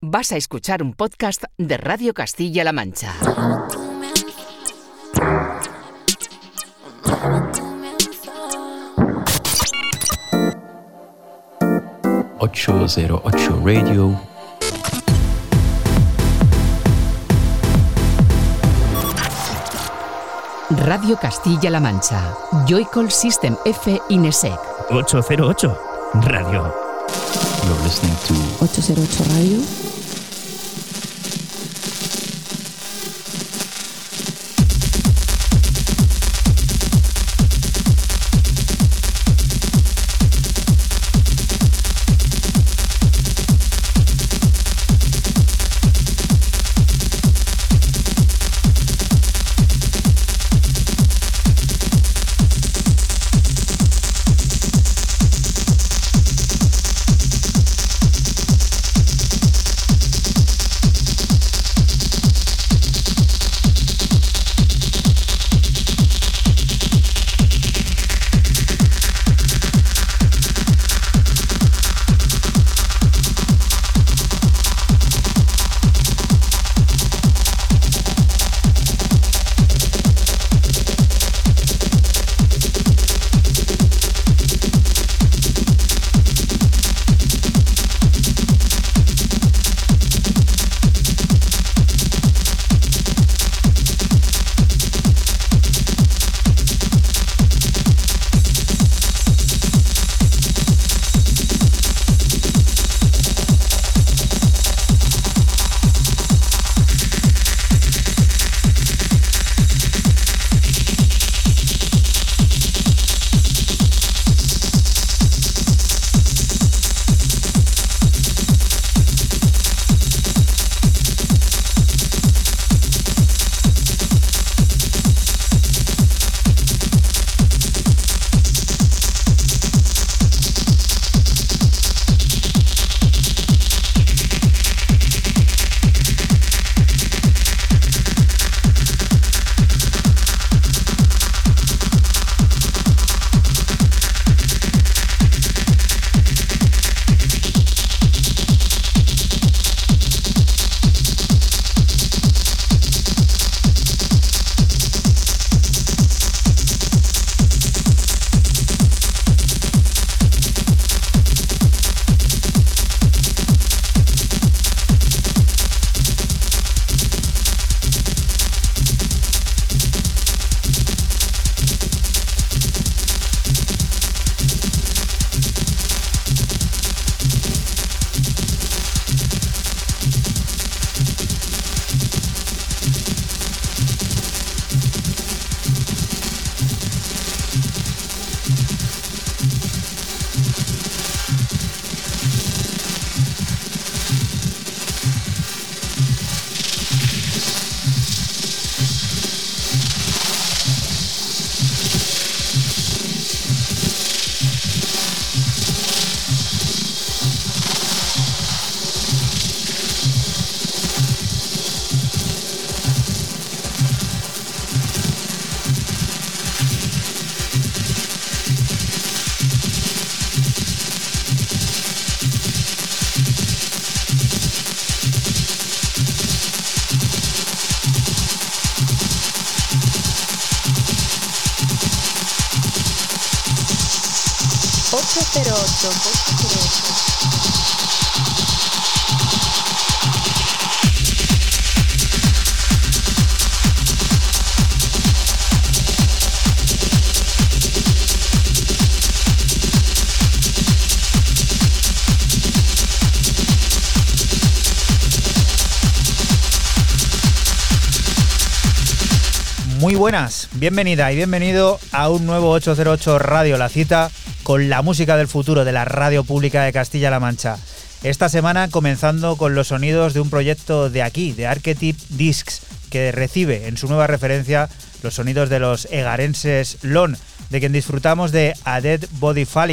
Vas a escuchar un podcast de Radio Castilla-La Mancha. ...808 Radio... Radio Castilla-La Mancha. Joycall System F Inesec. 808 Radio. You're listening to 808 Radio. Muy buenas, bienvenida y bienvenido a un nuevo 808 Radio, la cita con la música del futuro de la radio pública de Castilla-La Mancha. Esta semana comenzando con los sonidos de un proyecto de aquí, de Archetype Discs, que recibe en su nueva referencia los sonidos de los egarenses Lon, de quien disfrutamos de A Dead Body Falling,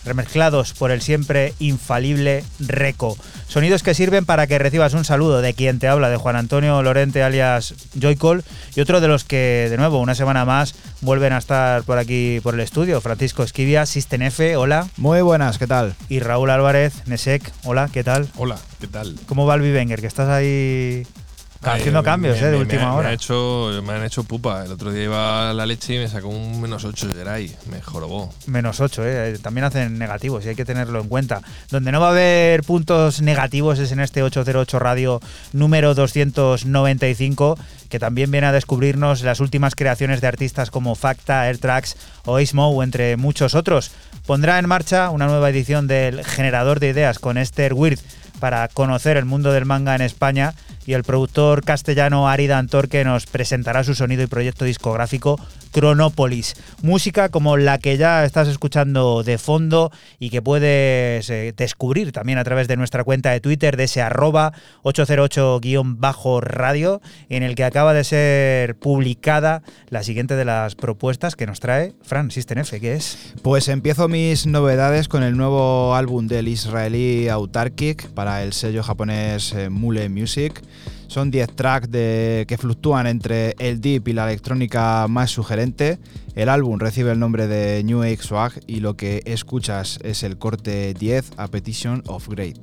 remezclados por el siempre infalible Reco. Sonidos que sirven para que recibas un saludo de quien te habla, de Juan Antonio Lorente alias Joycall, y otro de los que, de nuevo, una semana más, vuelven a estar por aquí, por el estudio, Francisco Esquivia, System F, hola. Muy buenas, ¿qué tal? Y Raúl Álvarez, Nesek, hola, ¿qué tal? Hola, ¿qué tal? ¿Cómo va el Vivenger? Que estás ahí haciendo cambios de última hora. Me han hecho pupa. El otro día iba a la leche y me sacó un -8 Geray. Me jorobó. -8, también hacen negativos y hay que tenerlo en cuenta. Donde no va a haber puntos negativos es en este 808 Radio número 295, que también viene a descubrirnos las últimas creaciones de artistas como Facta, Airtracks o Ismo, entre muchos otros. Pondrá en marcha una nueva edición del Generador de Ideas con Esther Weird para conocer el mundo del manga en España, y el productor castellano Ari Dantorque nos presentará su sonido y proyecto discográfico Chronopolis. Música como la que ya estás escuchando de fondo y que puedes descubrir también a través de nuestra cuenta de Twitter, de ese @808_radio, en el que acaba de ser publicada la siguiente de las propuestas que nos trae Fran, System F. ¿Qué es? Pues empiezo mis novedades con el nuevo álbum del israelí Autarkic para el sello japonés Mule Music. Son 10 tracks que fluctúan entre el deep y la electrónica más sugerente. El álbum recibe el nombre de New Age Swag y lo que escuchas es el corte 10, A Petition of Grade.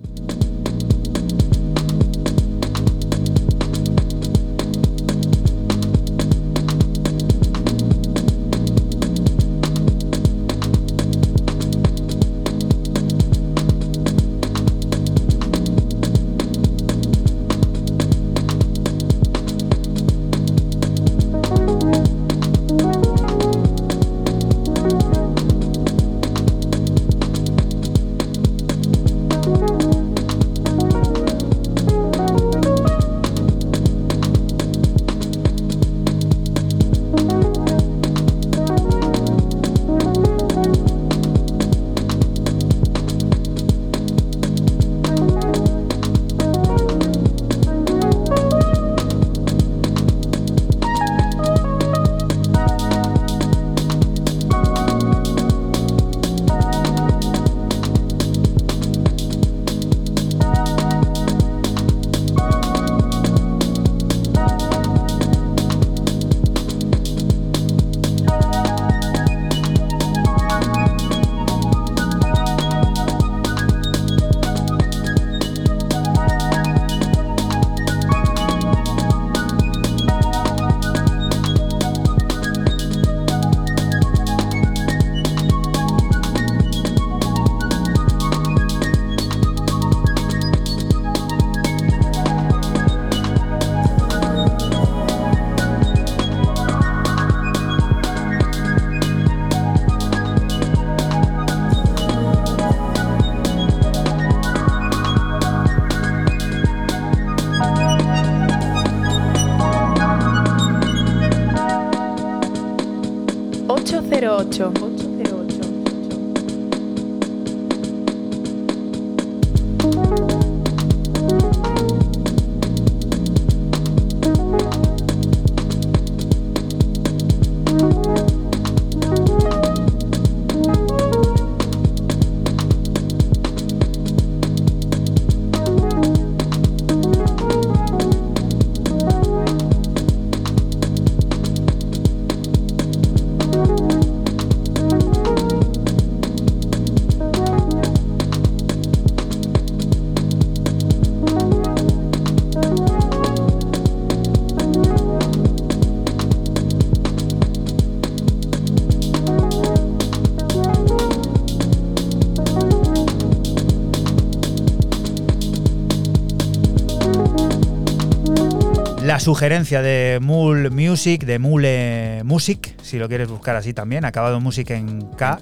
La sugerencia de Mule Music, de Mule Music, si lo quieres buscar así también, acabado Music en K,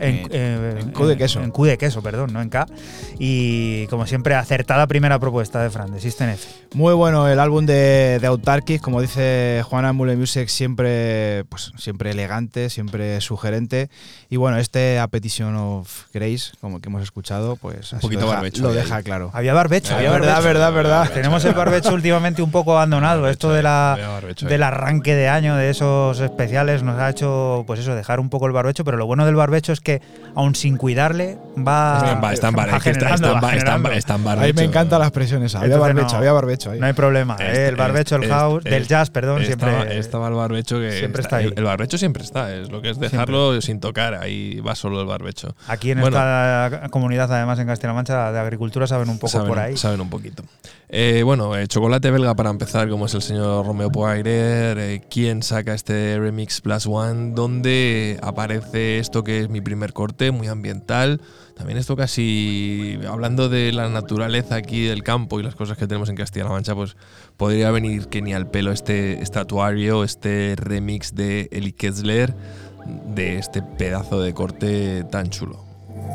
en Q de queso. En Q de queso, perdón, no en K. Y como siempre, acertada primera propuesta de Fran, de System F. Muy bueno el álbum de Autarkic, como dice Juana, Mule Music siempre elegante, siempre sugerente. Y bueno, este A Petition of Grace, como que hemos escuchado, pues un poquito barbecho. Lo deja claro. Había barbecho. Verdad. Tenemos el barbecho últimamente un poco abandonado. Esto del arranque de año, de esos especiales, nos ha hecho, pues eso, dejar un poco el barbecho, pero lo bueno del barbecho es que, aun sin cuidarle, está en barbecho. Ahí me encanta la expresión esa. Había barbecho ahí. No hay problema. El barbecho, el house, del jazz, perdón, siempre estaba el barbecho que siempre está ahí. El barbecho siempre está, es lo que es dejarlo sin tocar, ahí va solo el barbecho. Aquí en esta comunidad, además en Castilla-La Mancha, de agricultura saben un poco por ahí. Saben un poquito. Chocolate belga para empezar, como es el señor Romeo Poirier, quien saca este Remix Plus One, donde aparece esto que es mi primer corte, muy ambiental. También esto casi, hablando de la naturaleza aquí del campo y las cosas que tenemos en Castilla-La Mancha, pues podría venir que ni al pelo este estatuario, este remix de Eli Kessler, de este pedazo de corte tan chulo.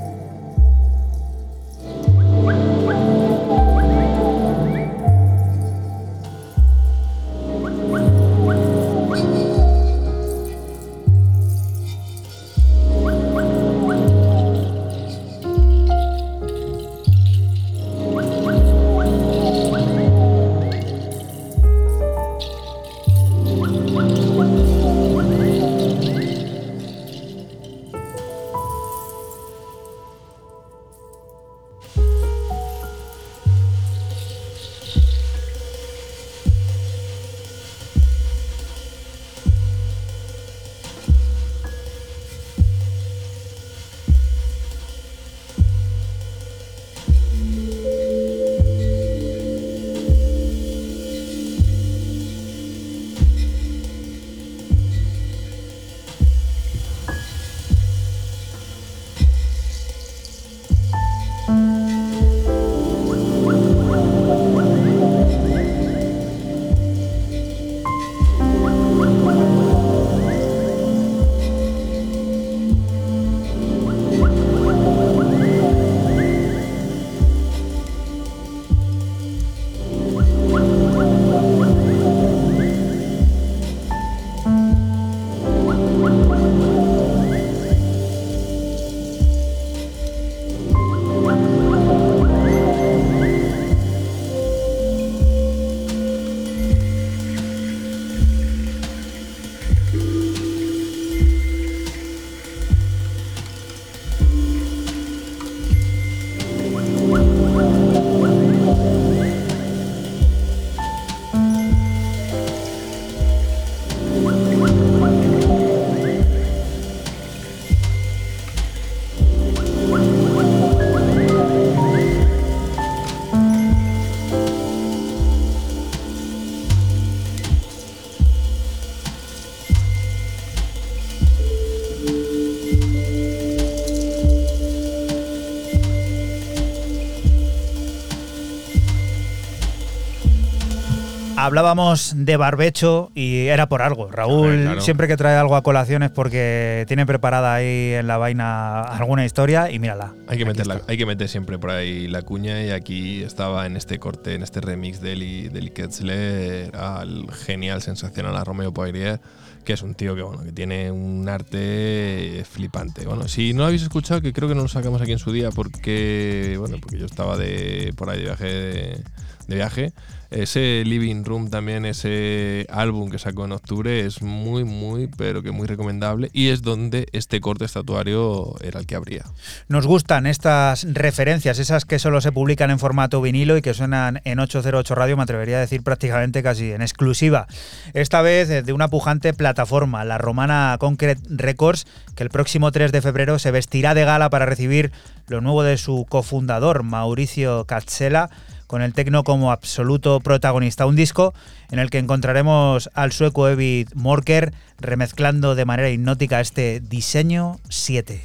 Hablábamos de barbecho y era por algo. Raúl, claro. Siempre que trae algo a colación es porque tiene preparada ahí en la vaina alguna historia y mírala. Hay que meter siempre por ahí la cuña, y aquí estaba en este corte, en este remix de Eli Kessler, al genial, sensacional a Romeo Poirier, que es un tío que tiene un arte flipante. Bueno, si no lo habéis escuchado, que creo que no lo sacamos aquí en su día porque yo estaba por ahí de viaje. Ese Living Room también, ese álbum que sacó en octubre, es muy, pero que muy recomendable, y es donde este corte estatuario era el que abría. Nos gustan estas referencias, esas que solo se publican en formato vinilo y que suenan en 808 Radio, me atrevería a decir prácticamente casi en exclusiva. Esta vez de una pujante plataforma, la romana Concrete Records, que el próximo 3 de febrero se vestirá de gala para recibir lo nuevo de su cofundador, Mauricio Katsela, con el tecno como absoluto protagonista. Un disco en el que encontraremos al sueco Evid Morker remezclando de manera hipnótica este Diseño 7.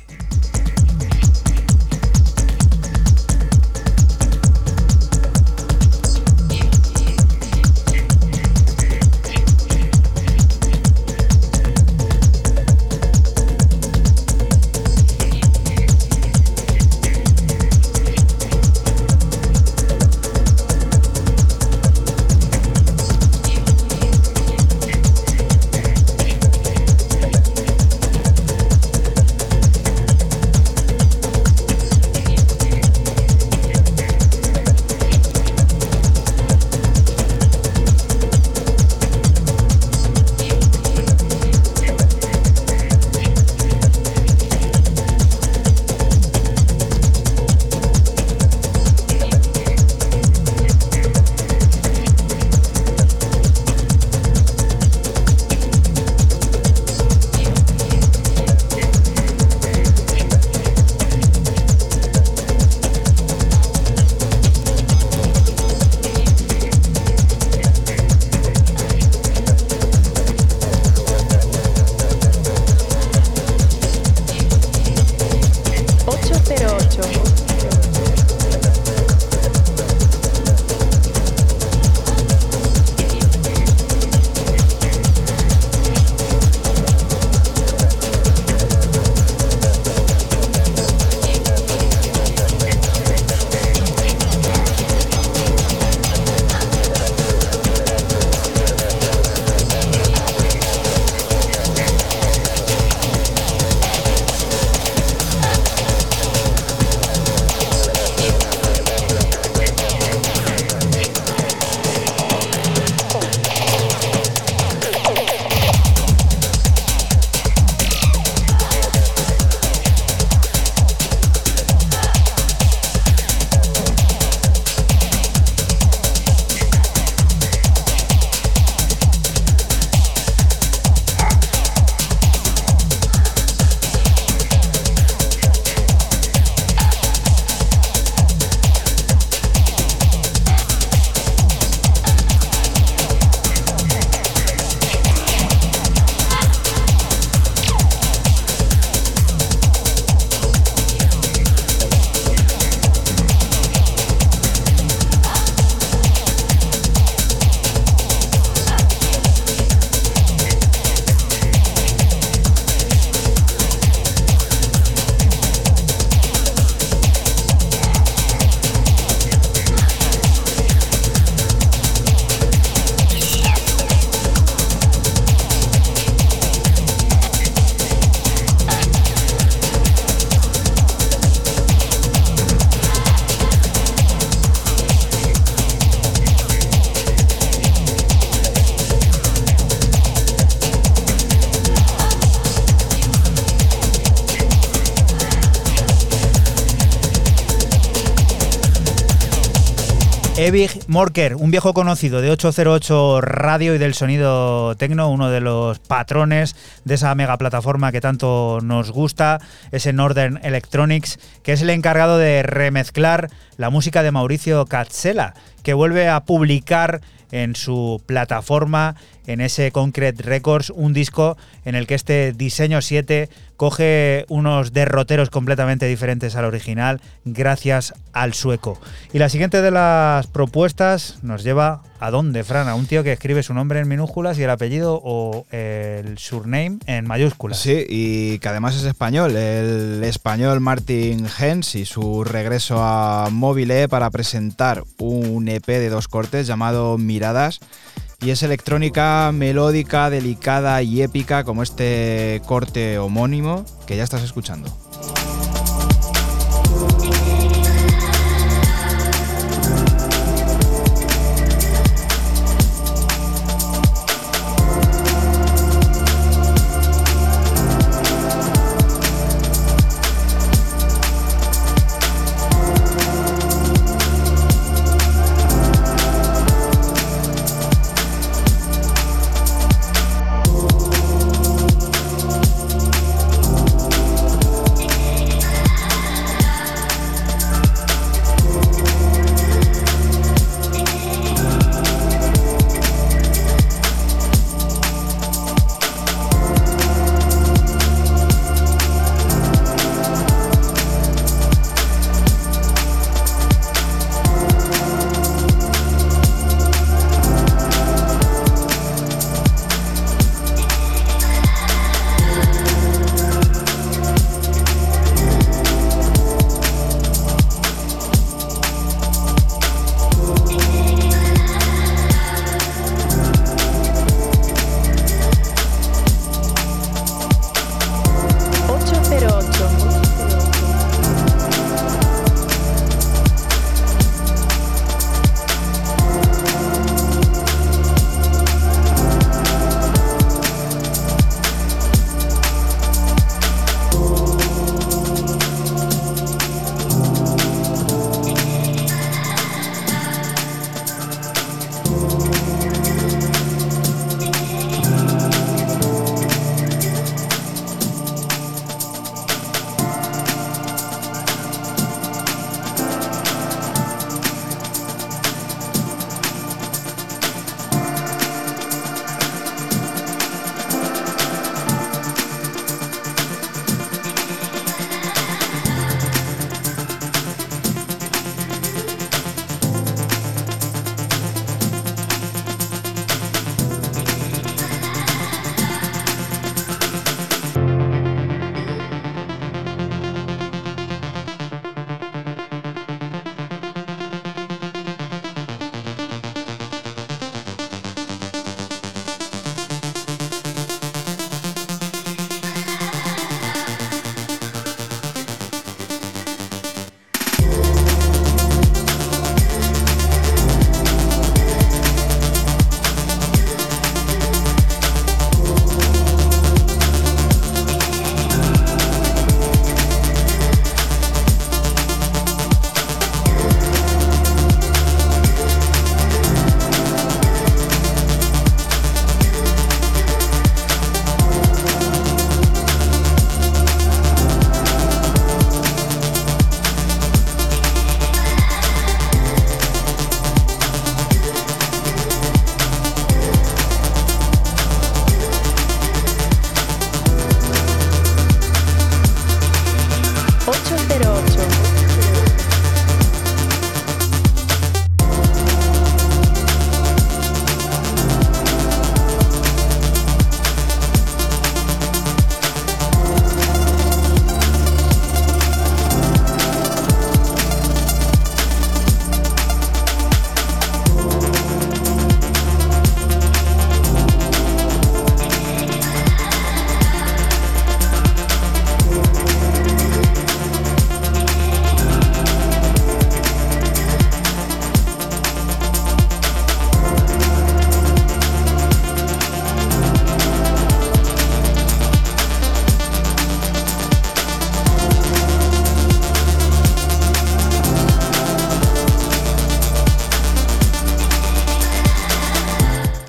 Evig Morker, un viejo conocido de 808 Radio y del sonido techno, uno de los patrones de esa mega plataforma que tanto nos gusta, ese Northern Electronics, que es el encargado de remezclar la música de Mauricio Katsela, que vuelve a publicar en su plataforma, en ese Concrete Records, un disco en el que este Diseño 7 coge unos derroteros completamente diferentes al original gracias al sueco. Y la siguiente de las propuestas nos lleva ¿a dónde, Fran? A un tío que escribe su nombre en minúsculas y el apellido o el surname en mayúsculas. Sí, y que además es español, el español Martin Hens, y su regreso a Mobile para presentar un EP de 2 cortes llamado Miradas. Y es electrónica melódica, delicada y épica como este corte homónimo que ya estás escuchando.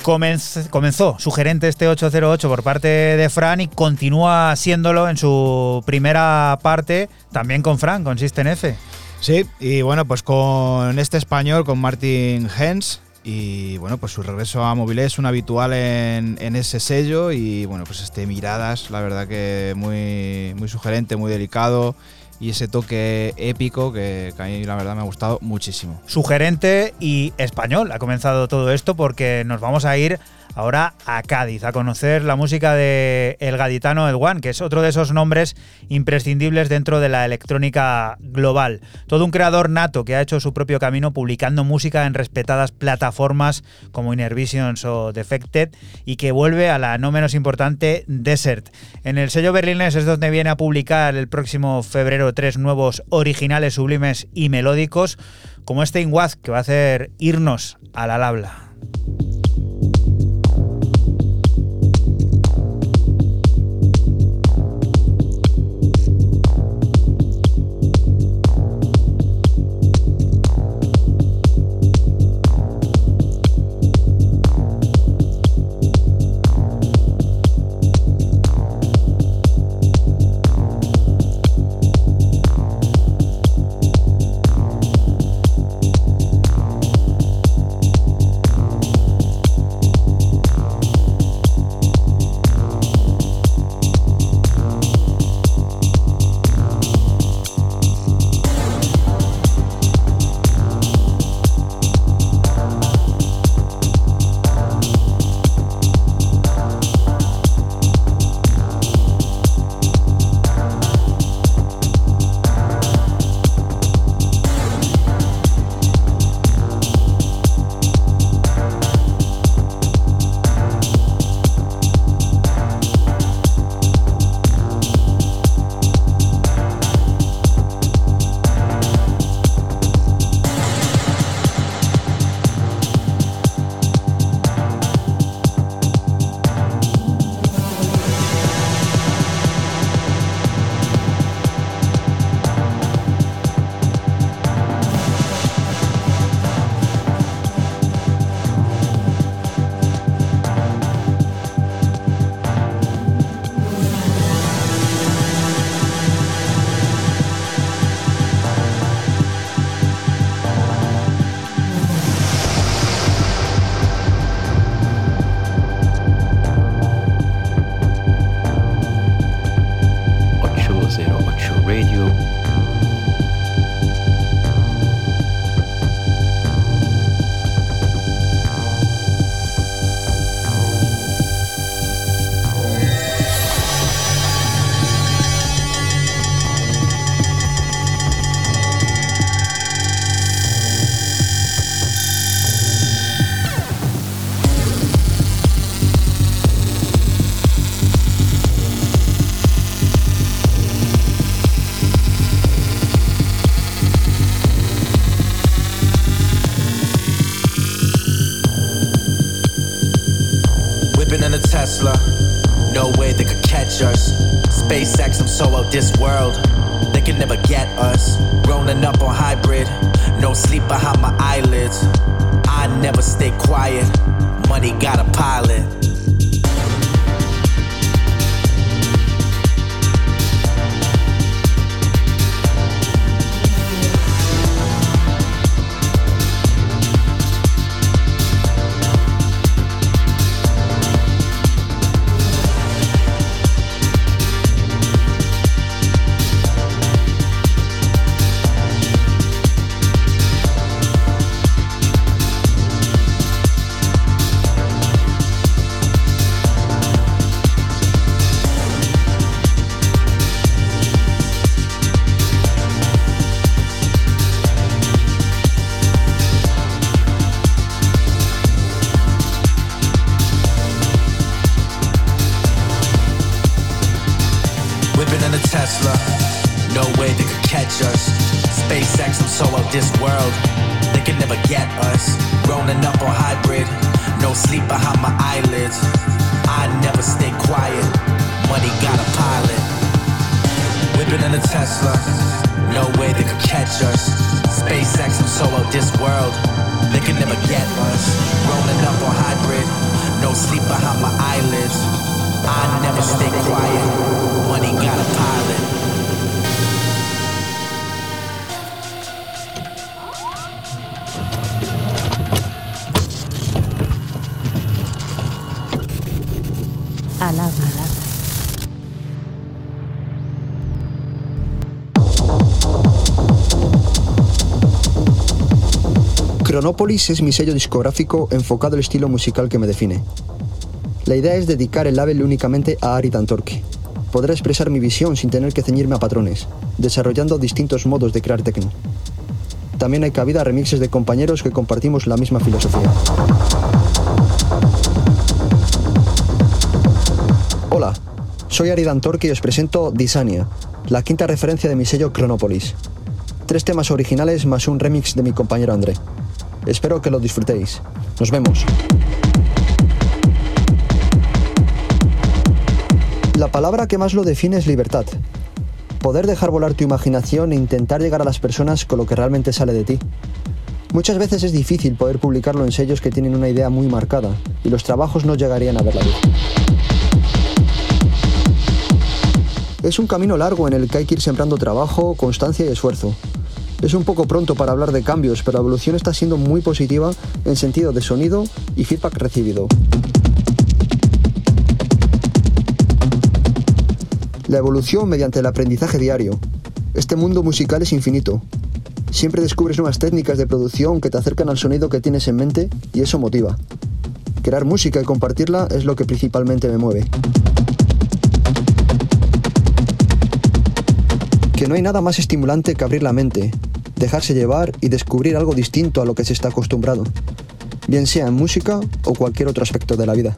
Comenzó sugerente este 808 por parte de Fran y continúa siéndolo en su primera parte, también con Fran, con System F. Sí, y bueno, pues con este español, con Martin Hens, y bueno, pues su regreso a Mobile es un habitual en ese sello, y bueno, pues Miradas, la verdad que muy, muy sugerente, muy delicado, y ese toque épico que a mí la verdad me ha gustado muchísimo. Sugerente y español ha comenzado todo esto, porque nos vamos a ir ahora a Cádiz a conocer la música de el gaditano Edwan, que es otro de esos nombres imprescindibles dentro de la electrónica global. Todo un creador nato que ha hecho su propio camino publicando música en respetadas plataformas como Inner Visions o Defected, y que vuelve a la no menos importante Desert. En el sello berlinés es donde viene a publicar el próximo febrero 3 nuevos originales sublimes y melódicos, como este Inwaz, que va a hacer irnos al habla. Tesla, no way they could catch us. SpaceX, I'm so out this world, they can never get us. Rolling up on hybrid, no sleep behind my eyelids. I never stay quiet, money got a pilot. Tesla, no way they could catch us. SpaceX, I'm so out this world, they can never get us. Rolling up on hybrid, no sleep behind my eyelids. I never stay quiet, money got a pilot. Whipping in a Tesla, no way they could catch us. SpaceX, I'm so out this world, they can never get us. Rolling up on hybrid, behind my eyelids. I never stay quiet. Money got a pilot. Alaba. Chronopolis es mi sello discográfico enfocado al estilo musical que me define. La idea es dedicar el label únicamente a Aridan Torque. Podré expresar mi visión sin tener que ceñirme a patrones, desarrollando distintos modos de crear techno. También hay cabida a remixes de compañeros que compartimos la misma filosofía. Hola, soy Aridan Torque y os presento Disania, la quinta referencia de mi sello Chronopolis. 3 temas originales más un remix de mi compañero André. Espero que lo disfrutéis. Nos vemos. La palabra que más lo define es libertad. Poder dejar volar tu imaginación e intentar llegar a las personas con lo que realmente sale de ti. Muchas veces es difícil poder publicarlo en sellos que tienen una idea muy marcada y los trabajos no llegarían a ver la luz. Es un camino largo en el que hay que ir sembrando trabajo, constancia y esfuerzo. Es un poco pronto para hablar de cambios, pero la evolución está siendo muy positiva en sentido de sonido y feedback recibido. La evolución mediante el aprendizaje diario. Este mundo musical es infinito. Siempre descubres nuevas técnicas de producción que te acercan al sonido que tienes en mente y eso motiva. Crear música y compartirla es lo que principalmente me mueve. Que no hay nada más estimulante que abrir la mente, dejarse llevar y descubrir algo distinto a lo que se está acostumbrado, bien sea en música o cualquier otro aspecto de la vida.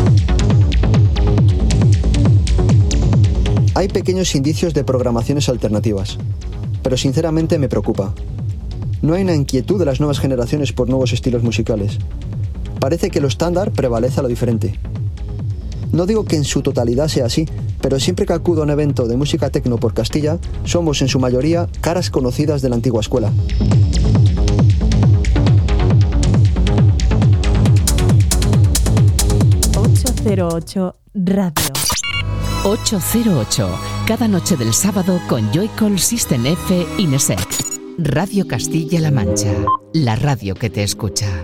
Hay pequeños indicios de programaciones alternativas, pero sinceramente me preocupa. No hay una inquietud de las nuevas generaciones por nuevos estilos musicales. Parece que lo estándar prevalece a lo diferente. No digo que en su totalidad sea así, pero siempre que acudo a un evento de música techno por Castilla, somos en su mayoría caras conocidas de la antigua escuela. ...808 Radio. 808, cada noche del sábado con Joycall System F Inesec. Radio Castilla-La Mancha, la radio que te escucha.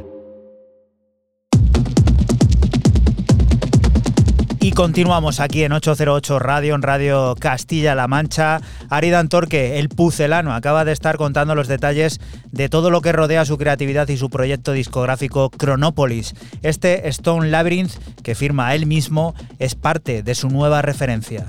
Y continuamos aquí en 808 Radio, en Radio Castilla-La Mancha. Aridan Torque, el pucelano, acaba de estar contando los detalles de todo lo que rodea su creatividad y su proyecto discográfico Chronopolis. Este Stone Labyrinth, que firma él mismo, es parte de su nueva referencia.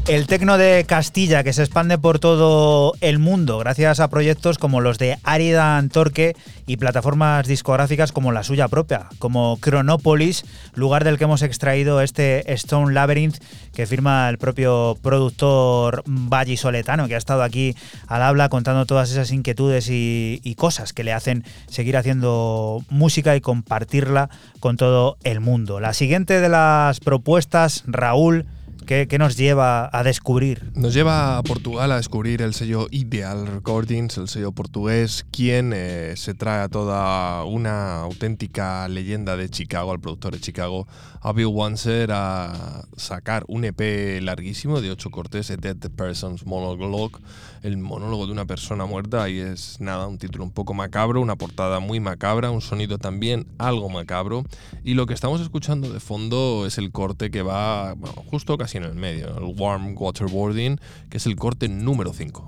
El tecno de Castilla, que se expande por todo el mundo gracias a proyectos como los de Aridan Torque y plataformas discográficas como la suya propia, como Chronopolis, lugar del que hemos extraído este Stone Labyrinth que firma el propio productor vallisoletano, que ha estado aquí al habla contando todas esas inquietudes y cosas que le hacen seguir haciendo música y compartirla con todo el mundo. La siguiente de las propuestas, Raúl, ¿qué nos lleva a descubrir? Nos lleva a Portugal a descubrir el sello Ideal Recordings, el sello portugués, quien se trae a toda una auténtica leyenda de Chicago, al productor de Chicago, a Bill Wanser, a sacar un EP larguísimo de 8 cortes, A Dead Person's Monologue, el monólogo de una persona muerta, y es nada, un título un poco macabro, una portada muy macabra, un sonido también algo macabro, y lo que estamos escuchando de fondo es el corte que va justo casi en el medio, el Warm Waterboarding, que es el corte número 5.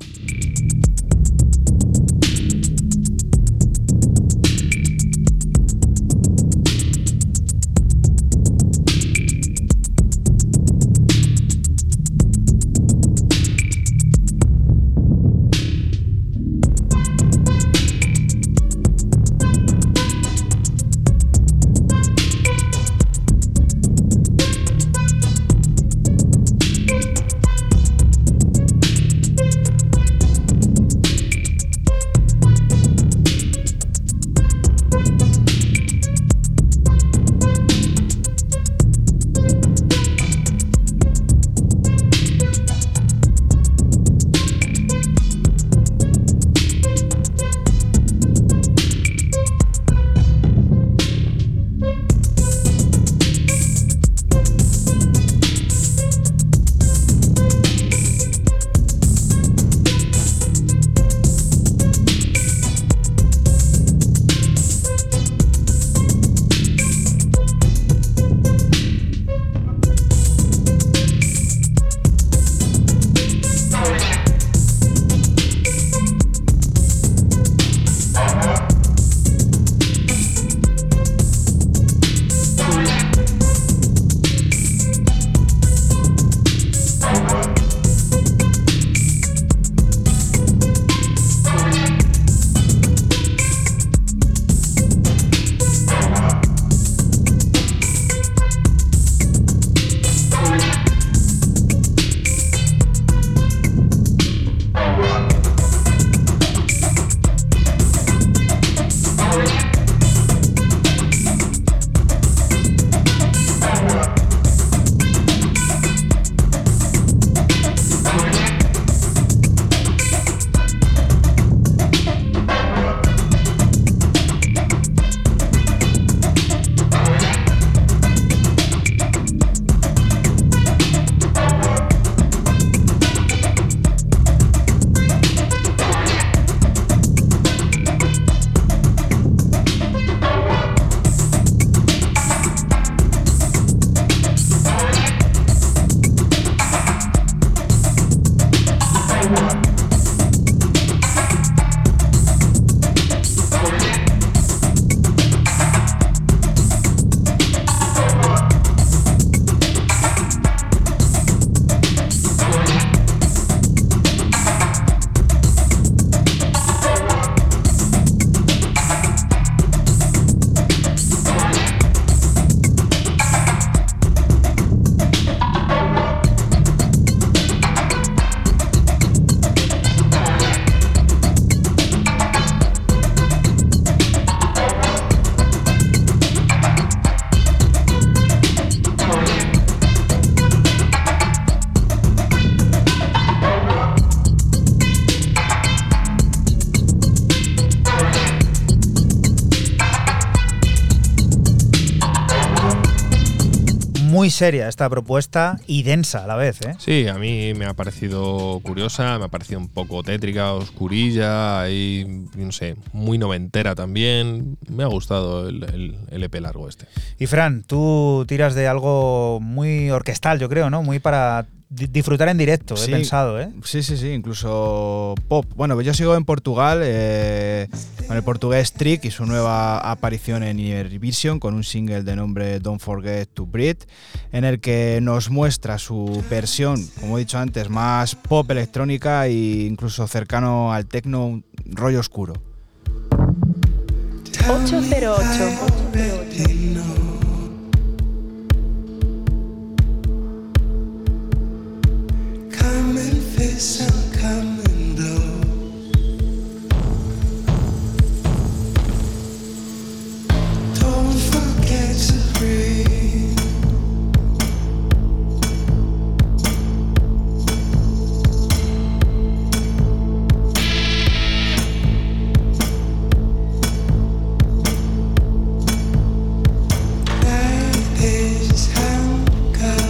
muy seria esta propuesta y densa a la vez, ¿eh? Sí, a mí me ha parecido curiosa, me ha parecido un poco tétrica, oscurilla, y no sé, muy noventera también. Me ha gustado el EP largo este. Y Fran, tú tiras de algo muy orquestal, yo creo, ¿no? Muy para disfrutar en directo, Sí, he pensado, ¿eh? Sí, incluso pop. Bueno, yo sigo en Portugal con el portugués Trick y su nueva aparición en Eurovision con un single de nombre Don't Forget to Breathe, en el que nos muestra su versión, como he dicho antes, más pop electrónica e incluso cercano al techno, un rollo oscuro. 808. Some coming blow. Don't forget to breathe. Life is hunger.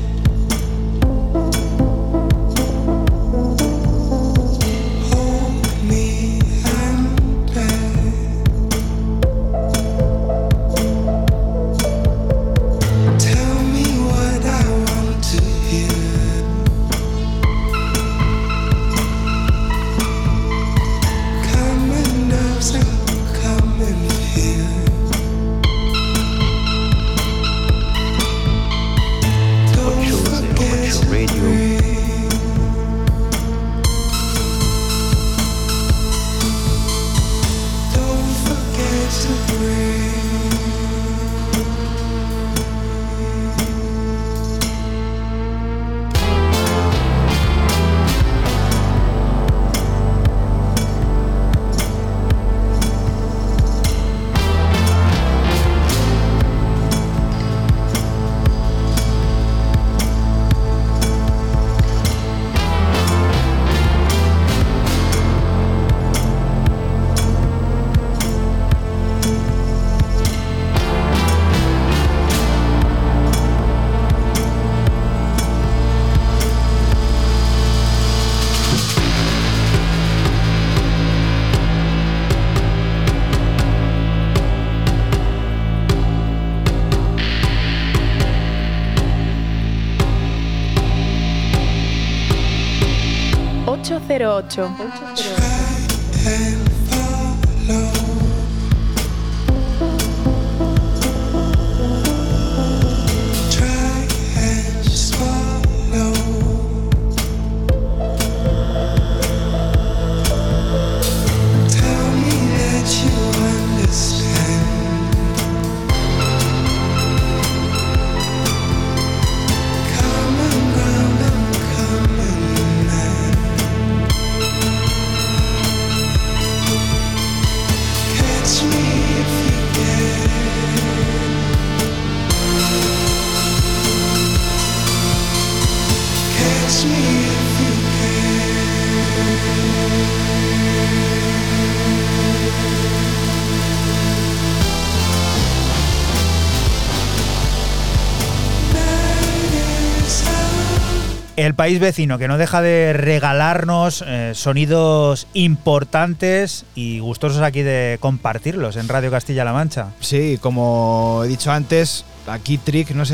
El país vecino, que no deja de regalarnos sonidos importantes y gustosos aquí de compartirlos en Radio Castilla-La Mancha. Sí, como he dicho antes, aquí Trick, no sé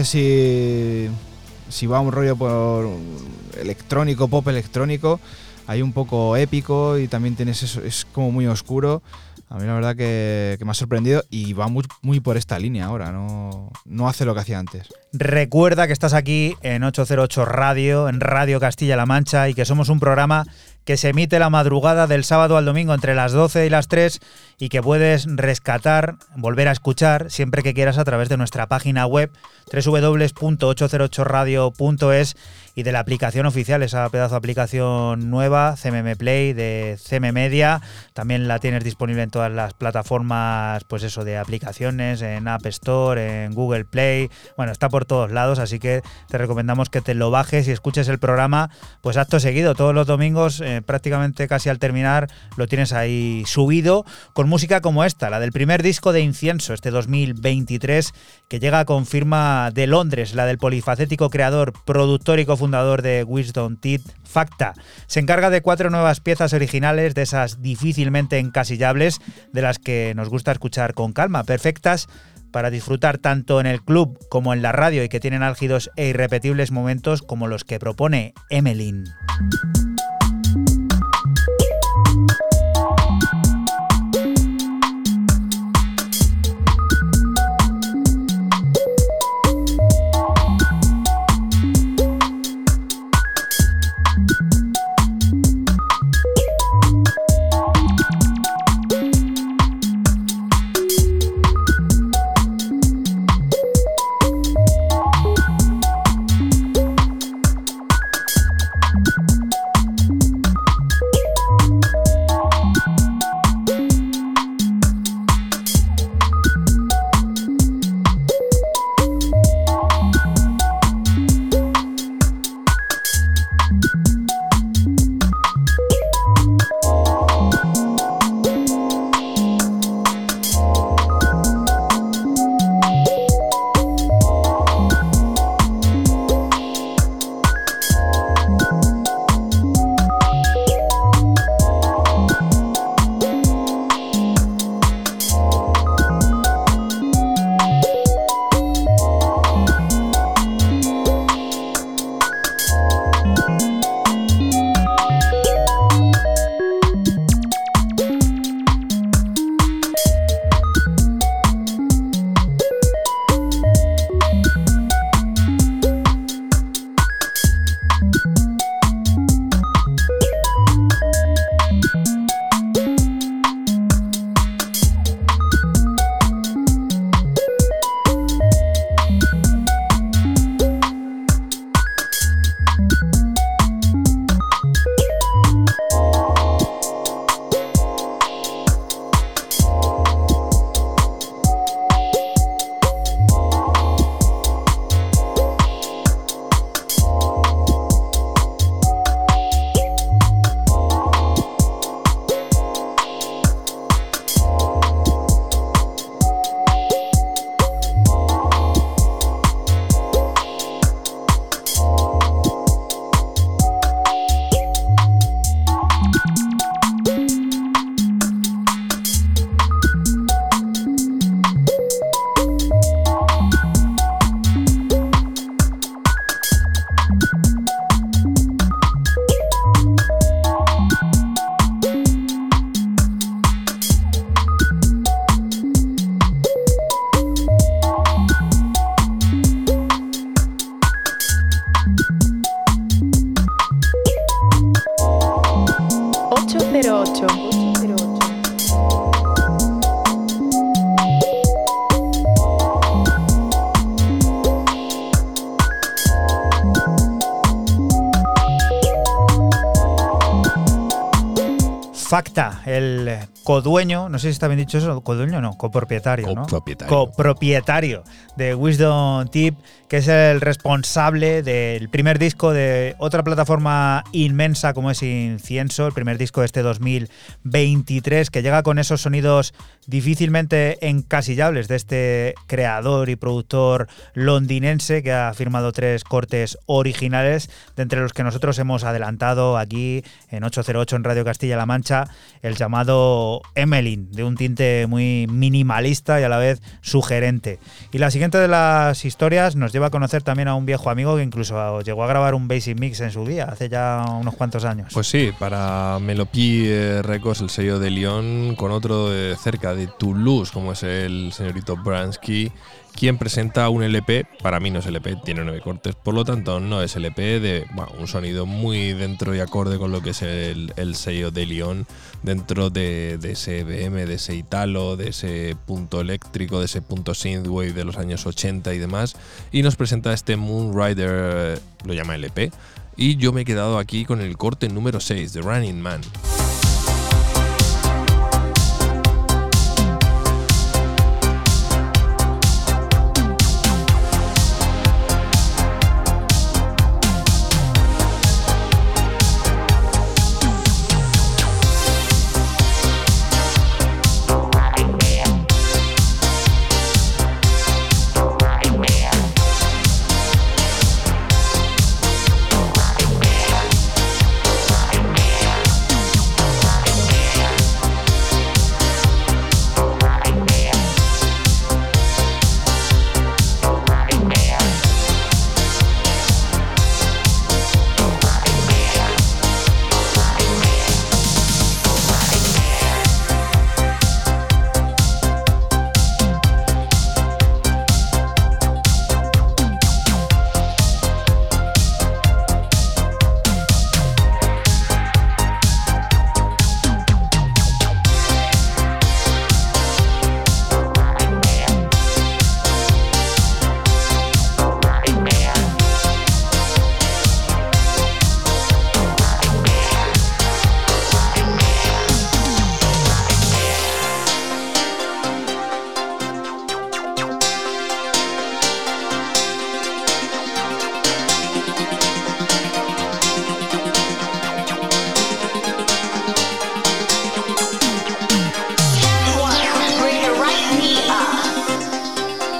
si va un rollo por electrónico, pop electrónico, hay un poco épico y también tienes eso, es como muy oscuro. A mí la verdad que me ha sorprendido y va muy por esta línea ahora, no hace lo que hacía antes. Recuerda que estás aquí en 808 Radio, en Radio Castilla-La Mancha, y que somos un programa que se emite la madrugada del sábado al domingo entre las 12 y las 3 y que puedes rescatar, volver a escuchar siempre que quieras a través de nuestra página web www.808radio.es y de la aplicación oficial, esa pedazo de aplicación nueva, CMM Play de CM Media. También la tienes disponible en todas las plataformas, pues eso, de aplicaciones, en App Store, en Google Play. Bueno, está por todos lados, así que te recomendamos que te lo bajes y escuches el programa pues acto seguido, todos los domingos, prácticamente casi al terminar lo tienes ahí subido, con música como esta, la del primer disco de Incienso, este 2023, que llega con firma de Londres, la del polifacético creador, productor y cofundador de Wisdom Teeth, Facta. Se encarga de 4 nuevas piezas originales, de esas difícilmente encasillables, de las que nos gusta escuchar con calma, perfectas para disfrutar tanto en el club como en la radio y que tienen álgidos e irrepetibles momentos como los que propone Emmeline. Facta, el codueño, no sé si está bien dicho eso, codueño no, copropietario, ¿no? Copropietario de Wisdom Tip, que es el responsable del primer disco de otra plataforma inmensa como es Incienso, el primer disco de este 2023, que llega con esos sonidos difícilmente encasillables de este creador y productor londinense que ha firmado 3 cortes originales, de entre los que nosotros hemos adelantado aquí en 808 en Radio Castilla-La Mancha, el llamado Emmeline, de un tinte muy minimalista y a la vez sugerente. Y la siguiente de las historias nos lleva a conocer también a un viejo amigo que incluso llegó a grabar un Basic Mix en su día, hace ya unos cuantos años. Pues sí, para Melopie Records, el sello de Lyon, con otro cerca de Toulouse, como es el señorito Bransky, quien presenta un LP. Para mí no es LP, tiene 9 cortes, por lo tanto no es LP, de un sonido muy dentro y acorde con lo que es el sello de Lyon, dentro de ese BM, de ese Italo, de ese punto eléctrico, de ese punto synthwave de los años 80 y demás, y nos presenta este Moonrider, lo llama LP, y yo me he quedado aquí con el corte número 6 de Running Man.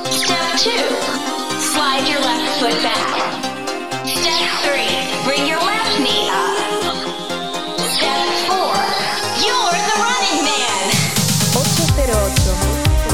Step 2, slide your left foot back. Step 3, bring your left knee up. Step 4, you're the running man. 808.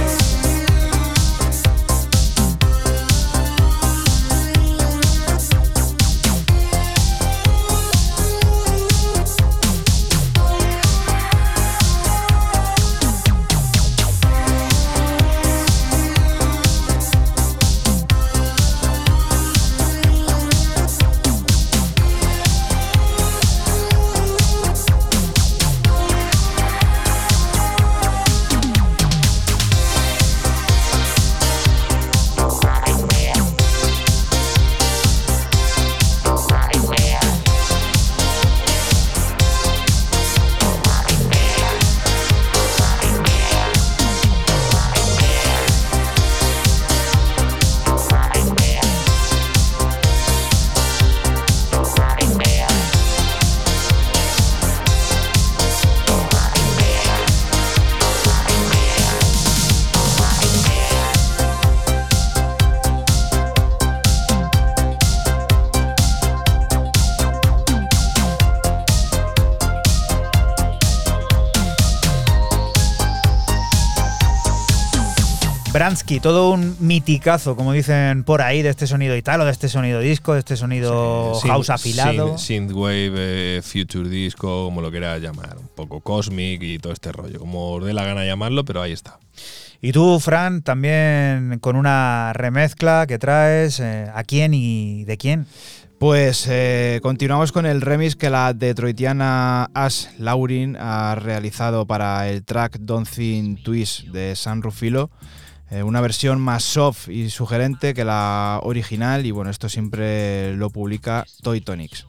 Bransky, todo un miticazo, como dicen por ahí, de este sonido italo, de este sonido disco, de este sonido house afilado. Synthwave, future disco, como lo quieras llamar. Un poco cosmic y todo este rollo. Como os dé la gana llamarlo, pero ahí está. Y tú, Fran, también con una remezcla que traes, ¿a quién y de quién? Pues continuamos con el remix que la detroitiana Ash Laurin ha realizado para el track Don't Think Twice de San Rufilo. Una versión más soft y sugerente que la original, y bueno, esto siempre lo publica Toy Tonics.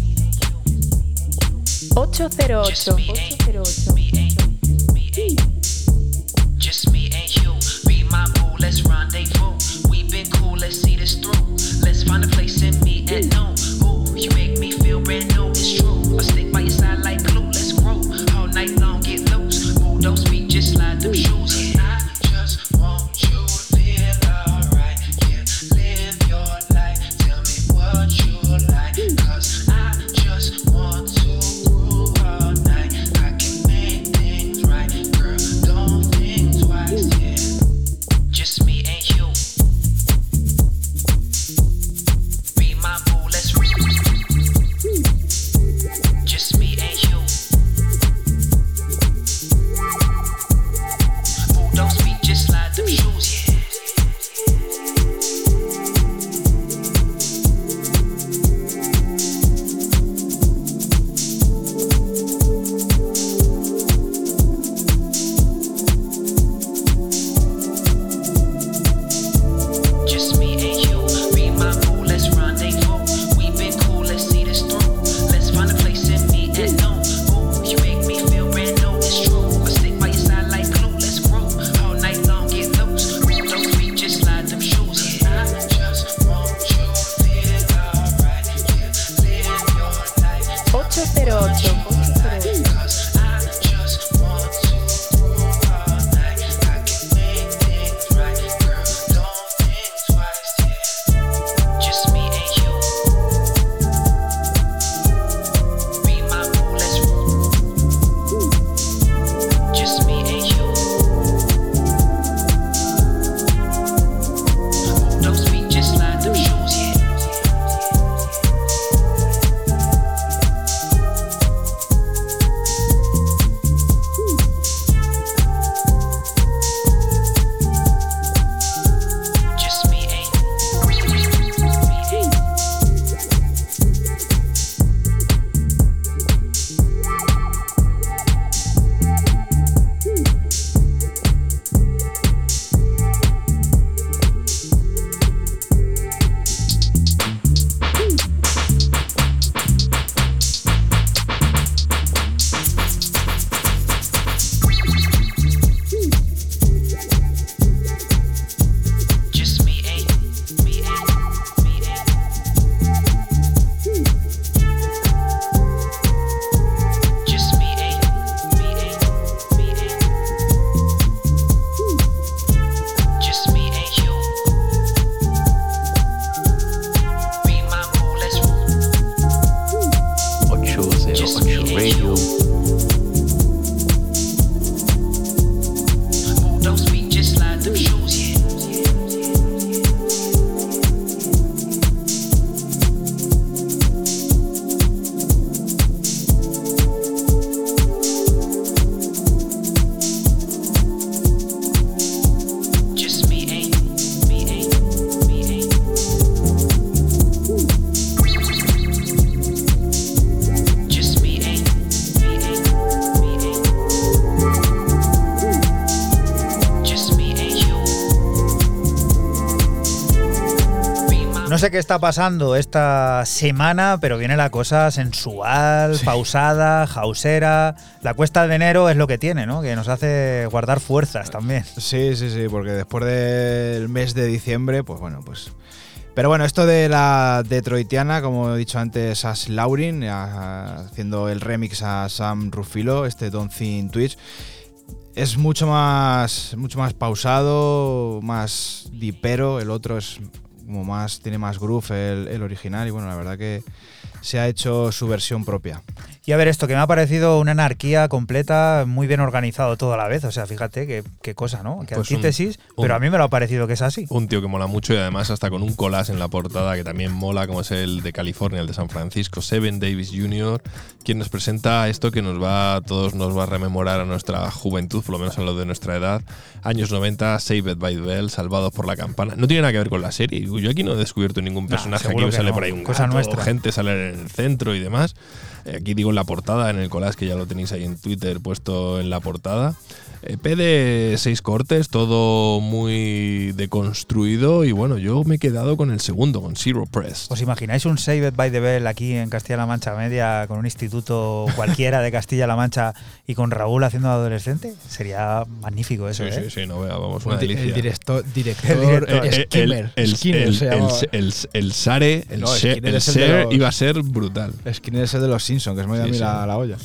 808. Just me and you, be my boo, let's rendezvous. We've been cool, let's see this through. Let's find a place in me at noon. Ooh, you make me feel brand new, it's true. I'll stick by your side like glue, let's grow. All night long, get loose. Ooh, those feet just slide them shoes. Yeah, I just want you to feel alright. Yeah, live your life, tell me what you like. Cause I just want to groove all night. I can make things right, girl, don't think twice, yeah. Just me and you. No sé qué está pasando esta semana, pero viene la cosa sensual, pausada, hausera. La cuesta de enero es lo que tiene, ¿no? Que nos hace guardar fuerzas también. Sí, porque después del mes de diciembre, pues bueno, pues... Pero bueno, esto de la detroitiana, como he dicho antes, Ash Laurin, haciendo el remix a Sam Rufilo, Don't Think Twitch, es mucho más pausado, más dipero. El otro es como más, tiene más groove el original, y bueno, la verdad que se ha hecho su versión propia. Y a ver, esto que me ha parecido una anarquía completa, muy bien organizado todo a la vez. O sea, fíjate qué cosa, ¿no? Qué pues antítesis, pero a mí me lo ha parecido que es así. Un tío que mola mucho, y además hasta con un collage en la portada que también mola, como es el de California, el de San Francisco, Seven Davis Jr., quien nos presenta esto que todos nos va a rememorar a nuestra juventud, por lo menos a lo de nuestra edad. Años 90, Saved by the Bell, Salvados por la Campana. No tiene nada que ver con la serie. Yo aquí no he descubierto ningún personaje. Aquí sale por ahí un cosa gato, nuestra. Gente sale en el centro y demás. Aquí digo en la portada, en el collage, que ya lo tenéis ahí en Twitter puesto en la portada. EP de 6 cortes, todo muy deconstruido, y bueno, yo me he quedado con el segundo, con Zero Press. ¿Os imagináis un Saved by the Bell aquí en Castilla-La Mancha Media, con un instituto cualquiera de Castilla-La Mancha y con Raúl haciendo adolescente? Sería magnífico eso, ¿eh? Sí, no vea, vamos, una delicia. El director el Sare, el Ser iba a ser brutal. Skinner es el de los Simpsons, que es muy a mí la olla.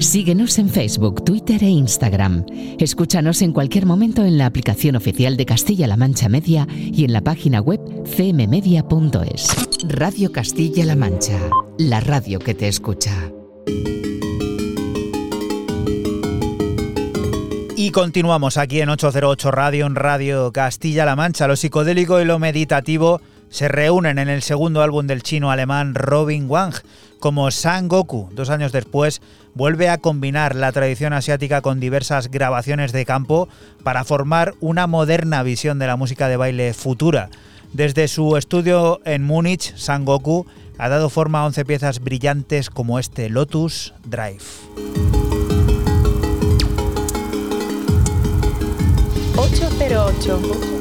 Síguenos en Facebook, Twitter e Instagram. Escúchanos en cualquier momento en la aplicación oficial de Castilla-La Mancha Media y en la página web cmmedia.es. Radio Castilla-La Mancha, la radio que te escucha. Y continuamos aquí en 808 Radio, en Radio Castilla-La Mancha. Lo psicodélico y lo meditativo se reúnen en el segundo álbum del chino-alemán Robin Wang. Como Sangoku, 2 años después, vuelve a combinar la tradición asiática con diversas grabaciones de campo para formar una moderna visión de la música de baile futura. Desde su estudio en Múnich, Sangoku ha dado forma a 11 piezas brillantes como este Lotus Drive. 808.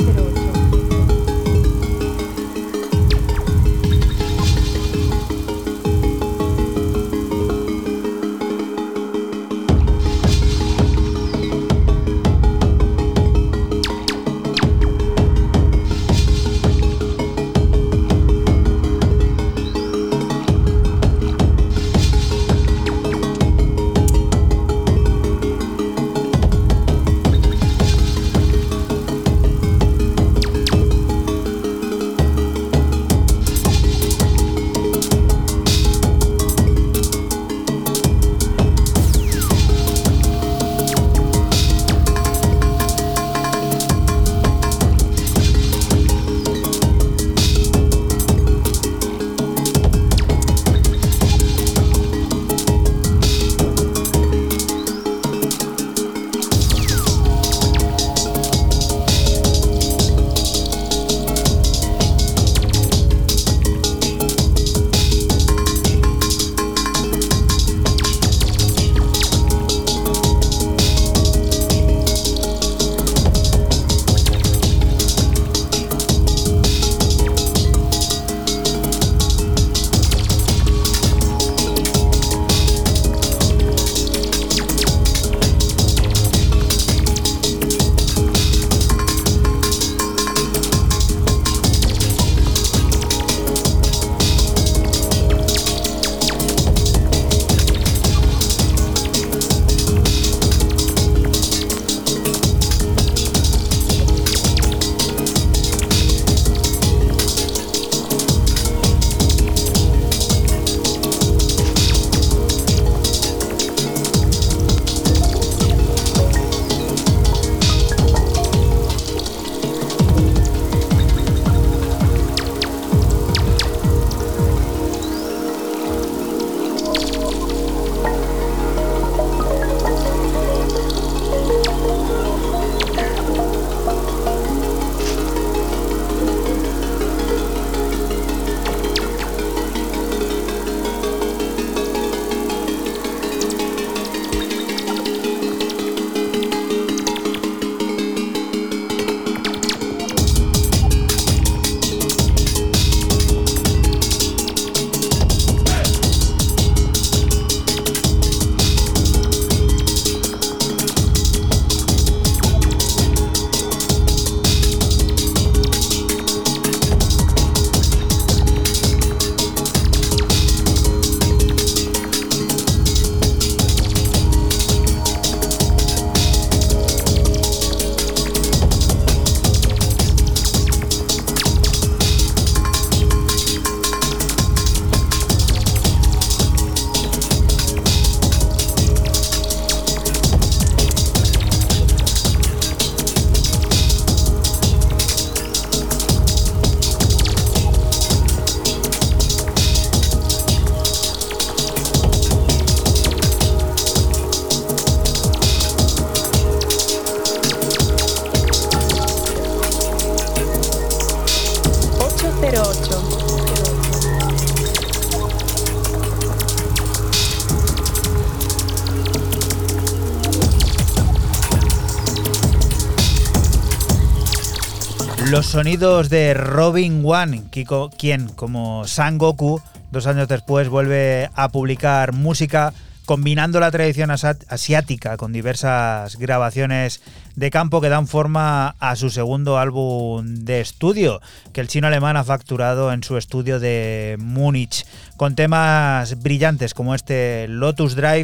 Los sonidos de Robin Wang, quien, como Sangoku, 2 años después vuelve a publicar música combinando la tradición asiática con diversas grabaciones de campo que dan forma a su segundo álbum de estudio, que el chino alemán ha facturado en su estudio de Múnich, con temas brillantes como este Lotus Drive,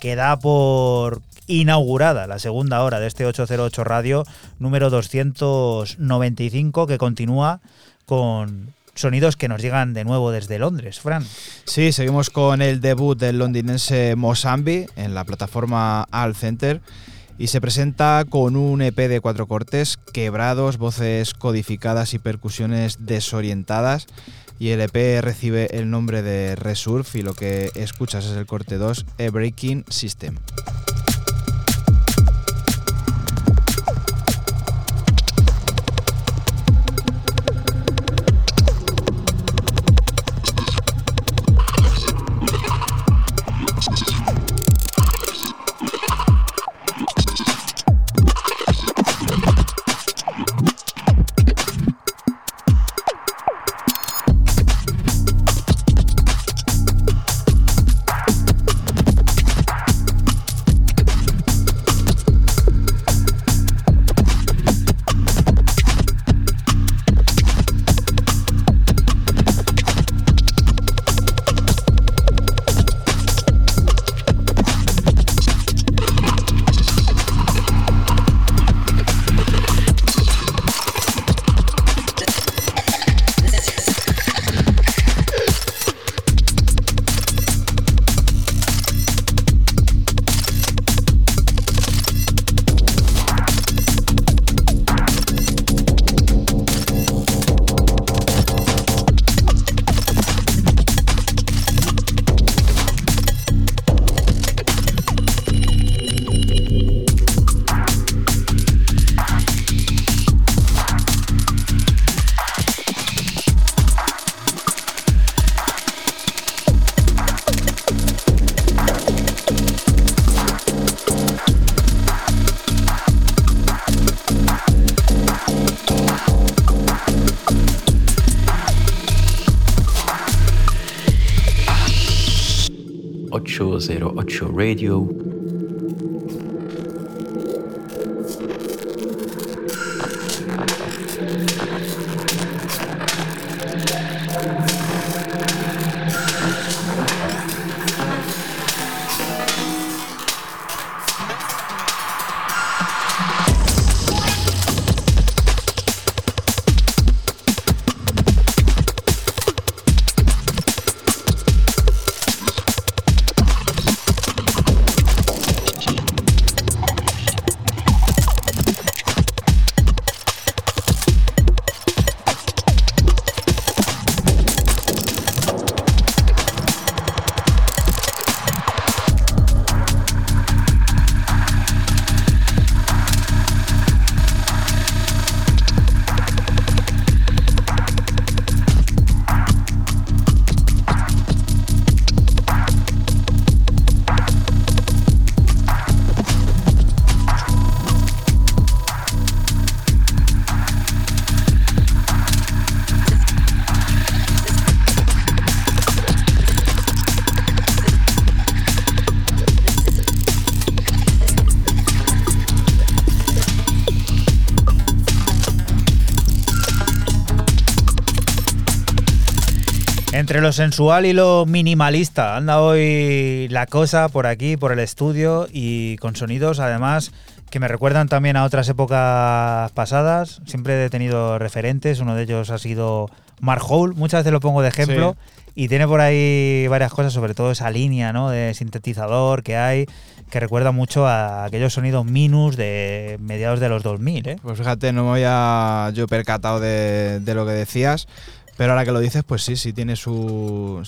que da por inaugurada la segunda hora de este 808 Radio número 295, que continúa con sonidos que nos llegan de nuevo desde Londres. Fran. Sí, seguimos con el debut del londinense Mozambi en la plataforma Al Center y se presenta con un EP de 4 cortes, quebrados, voces codificadas y percusiones desorientadas, y el EP recibe el nombre de Resurf y lo que escuchas es el corte 2, A Breaking System. 808 Radio. Entre lo sensual y lo minimalista anda hoy la cosa por aquí, por el estudio, y con sonidos además que me recuerdan también a otras épocas pasadas. Siempre he tenido referentes, uno de ellos ha sido Mark Hole, muchas veces lo pongo de ejemplo, sí. Y tiene por ahí varias cosas, sobre todo esa línea, ¿no?, de sintetizador que hay, que recuerda mucho a aquellos sonidos Minus de mediados de los 2000, ¿eh? Pues fíjate, no me había yo percatado de lo que decías. Pero ahora que lo dices, pues sí, tiene su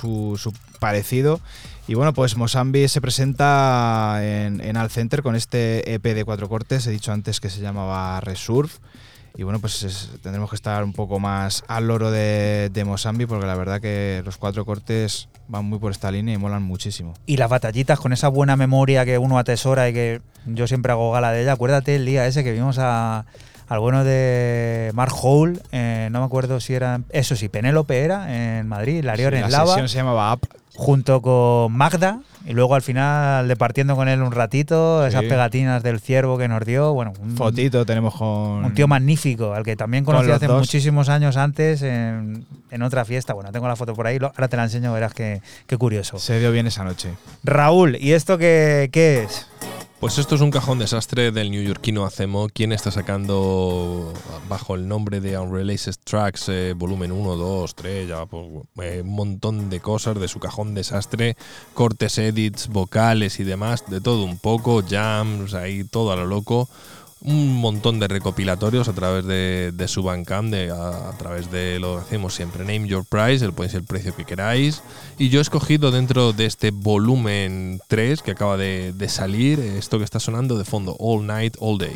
parecido. Y bueno, pues Mozambi se presenta en Al Center con este EP de 4 cortes. He dicho antes que se llamaba Resurf. Y bueno, pues tendremos que estar un poco más al loro de Mozambi, porque la verdad que los 4 cortes van muy por esta línea y molan muchísimo. Y las batallitas con esa buena memoria que uno atesora y que yo siempre hago gala de ella. Acuérdate el día ese que vimos a al bueno de Mark Hole, no me acuerdo si era, eso sí, Penélope era en Madrid, la Arión en Lava. La sesión se llamaba Up. Junto con Magda, y luego al final departiendo con él un ratito, esas pegatinas del ciervo que nos dio. Bueno, fotito tenemos con un tío magnífico, al que también conocí hace dos. muchísimos años antes en otra fiesta. Bueno, tengo la foto por ahí, ahora te la enseño, verás qué curioso. Se dio bien esa noche. Raúl, ¿y esto qué es? Pues esto es un cajón desastre del neoyorquino Acemo, quien está sacando bajo el nombre de Unreleased Tracks volumen 1, 2, 3, ya, pues, un montón de cosas de su cajón desastre, cortes, edits, vocales y demás, de todo un poco, jams, ahí todo a lo loco. Un montón de recopilatorios a través de su Bandcamp, a través de lo que hacemos siempre, Name Your Price, el podéis el precio que queráis. Y yo he escogido dentro de este volumen 3 que acaba de salir, esto que está sonando de fondo, All Night, All Day.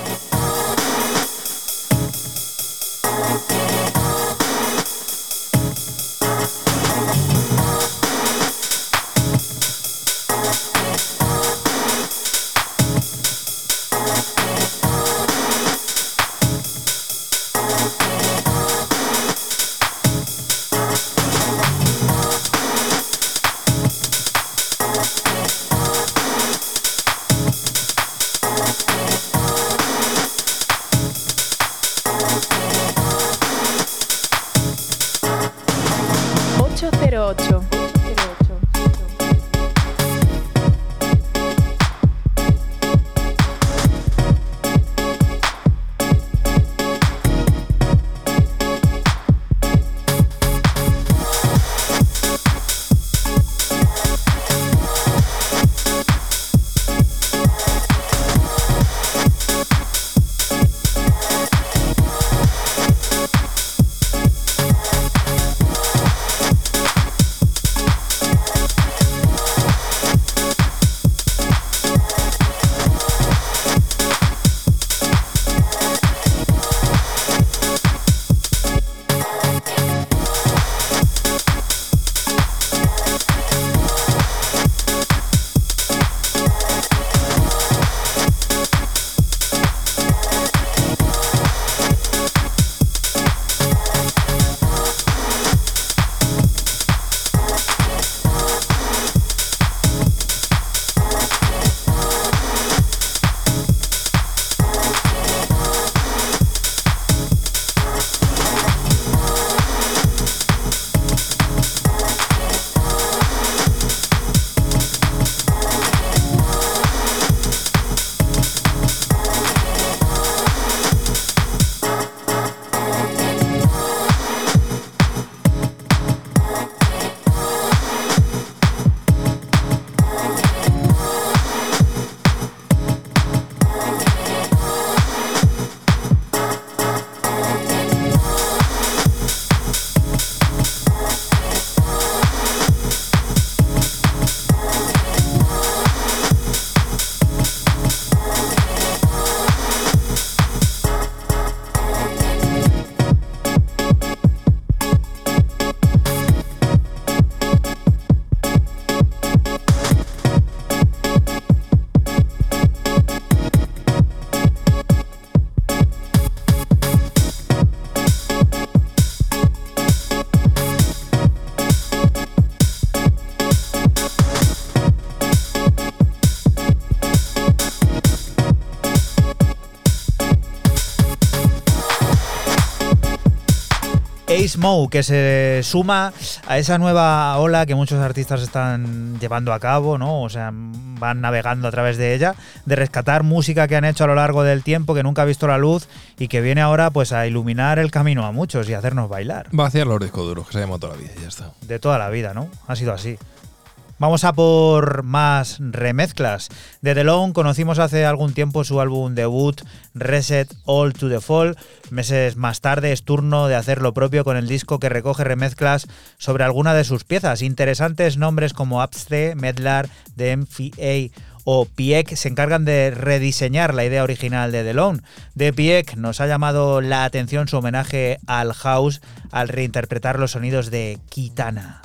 Ace Mo, que se suma a esa nueva ola que muchos artistas están llevando a cabo, ¿no? O sea, van navegando a través de ella, de rescatar música que han hecho a lo largo del tiempo, que nunca ha visto la luz y que viene ahora pues a iluminar el camino a muchos y a hacernos bailar. Vaciar los discos duros, que se ha llamado toda la vida y ya está. De toda la vida, ¿no? Ha sido así. Vamos a por más remezclas. De The Lone conocimos hace algún tiempo su álbum debut Reset All to the Fall. Meses más tarde es turno de hacer lo propio con el disco que recoge remezclas sobre alguna de sus piezas. Interesantes nombres como Abste, Medlar, The MFA o Pieck se encargan de rediseñar la idea original de The Lone. De Pieck nos ha llamado la atención su homenaje al house al reinterpretar los sonidos de Kitana.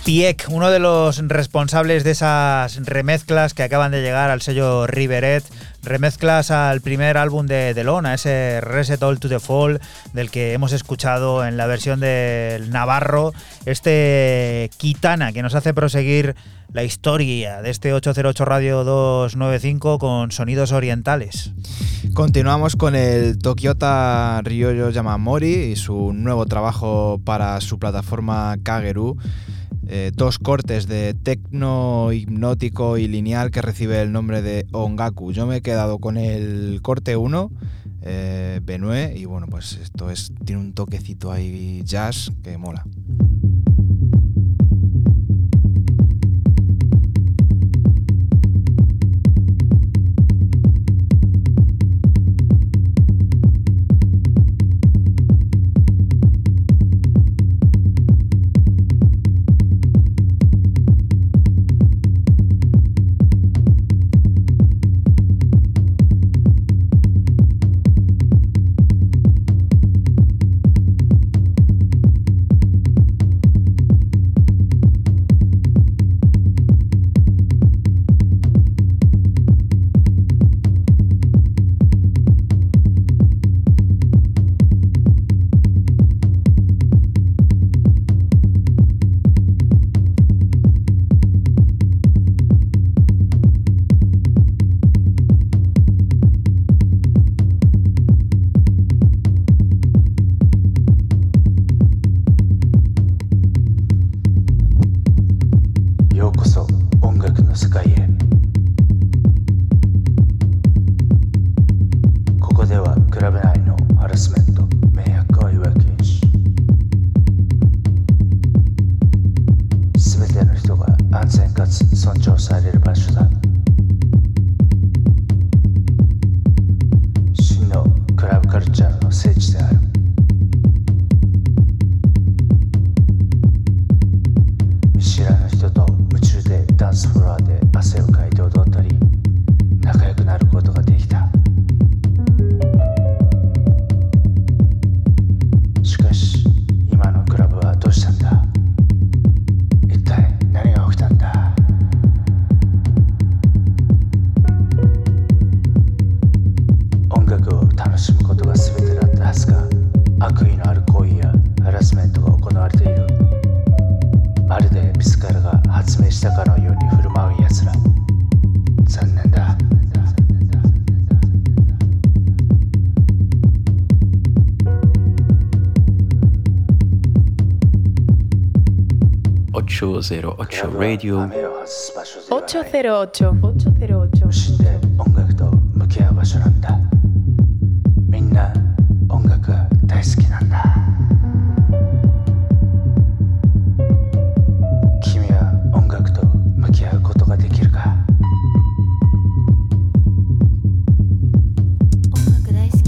Piek, uno de los responsables de esas remezclas que acaban de llegar al sello Riveret, remezclas al primer álbum de Delon, a ese Reset All to the Fall, del que hemos escuchado en la versión del Navarro, este Kitana, que nos hace proseguir la historia de este 808 Radio 295 con sonidos orientales. Continuamos con el Tokyota Ryoyo Yamamori y su nuevo trabajo para su plataforma Kageru. Dos cortes de tecno hipnótico y lineal que recibe el nombre de Ongaku. Yo me he quedado con el corte 1, Benue, y bueno, pues esto tiene un toquecito ahí jazz que mola. Radio 808. 音楽と向き合う場所なんだ。みんな音楽が大好きなんだ。君は音楽と向き合うことができるか？音楽大好き。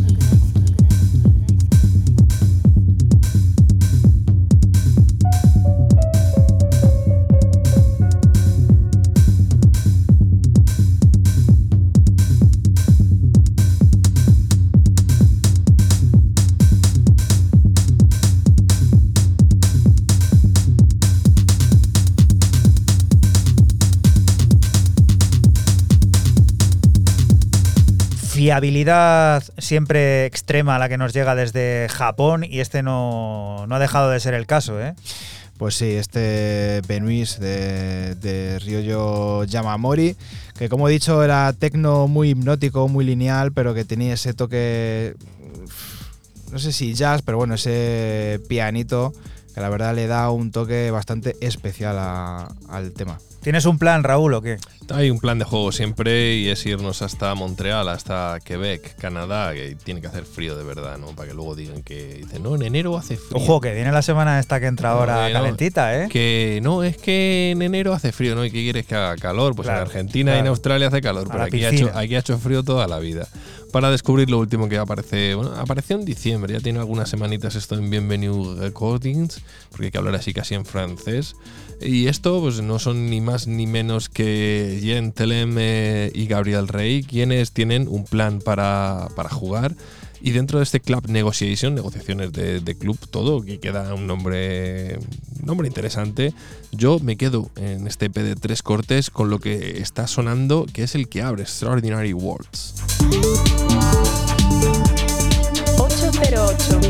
Fiabilidad siempre extrema la que nos llega desde Japón, y este no ha dejado de ser el caso, ¿eh? Pues sí, este Benuis de Ryoyo Yamamori, que como he dicho era tecno muy hipnótico, muy lineal, pero que tenía ese toque, no sé si jazz, pero bueno, ese pianito que la verdad le da un toque bastante especial al tema. ¿Tienes un plan, Raúl, o qué? Hay un plan de juego siempre, y es irnos hasta Montreal, hasta Quebec, Canadá, que tiene que hacer frío de verdad, ¿no? Para que luego digan que dicen, no, en enero hace frío. Ojo, que viene la semana esta que entra ahora calentita, ¿eh? Que no, es que en enero hace frío, ¿no? ¿Y qué quieres que haga? Calor. Pues claro, en Argentina y en Australia hace calor, pero aquí ha hecho frío toda la vida. Para descubrir lo último que apareció en diciembre, ya tiene algunas semanitas esto en Bienvenue Recordings, porque hay que hablar así casi en francés. Y esto pues no son ni más ni menos que Jean Telem y Gabriel Rey, quienes tienen un plan para jugar Y dentro de este Club Negotiation, negociaciones de club, todo, que queda un nombre interesante, yo me quedo en este EP de 3 cortes con lo que está sonando, que es el que abre, Extraordinary Worlds. 808.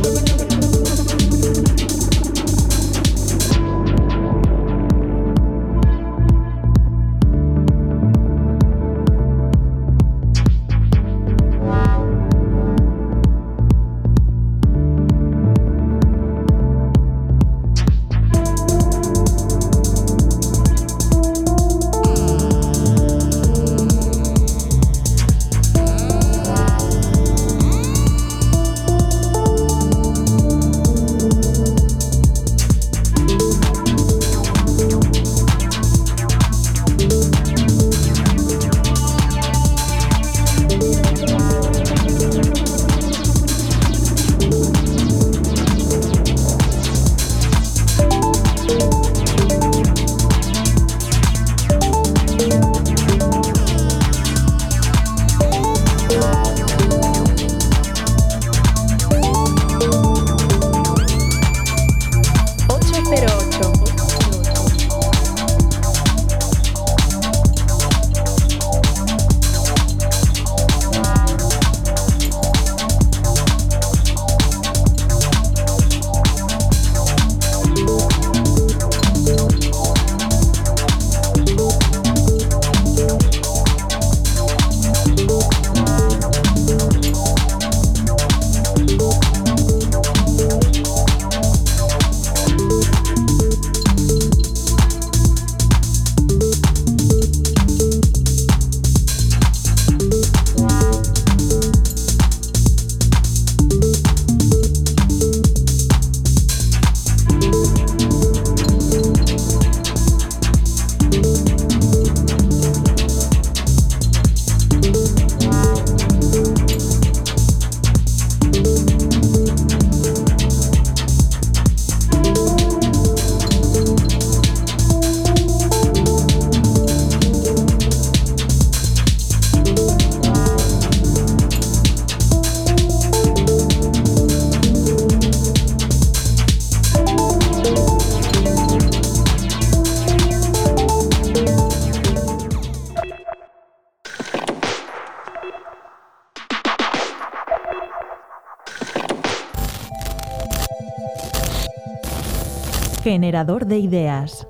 Generador de ideas.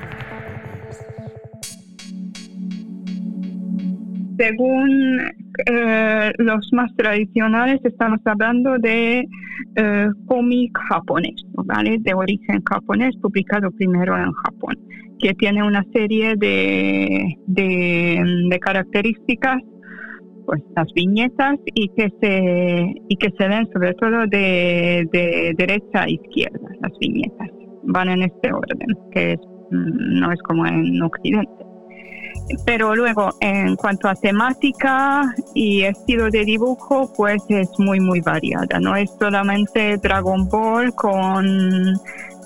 Según los más tradicionales, estamos hablando de cómic japonés, ¿vale? De origen japonés, publicado primero en Japón, que tiene una serie de características, pues las viñetas, y que se ven sobre todo de derecha a izquierda. Las viñetas van en este orden, que no es como en Occidente. Pero luego, en cuanto a temática y estilo de dibujo, pues es muy, muy variada. No es solamente Dragon Ball con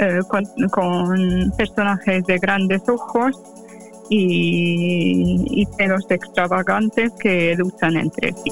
personajes de grandes ojos y pelos extravagantes que luchan entre sí.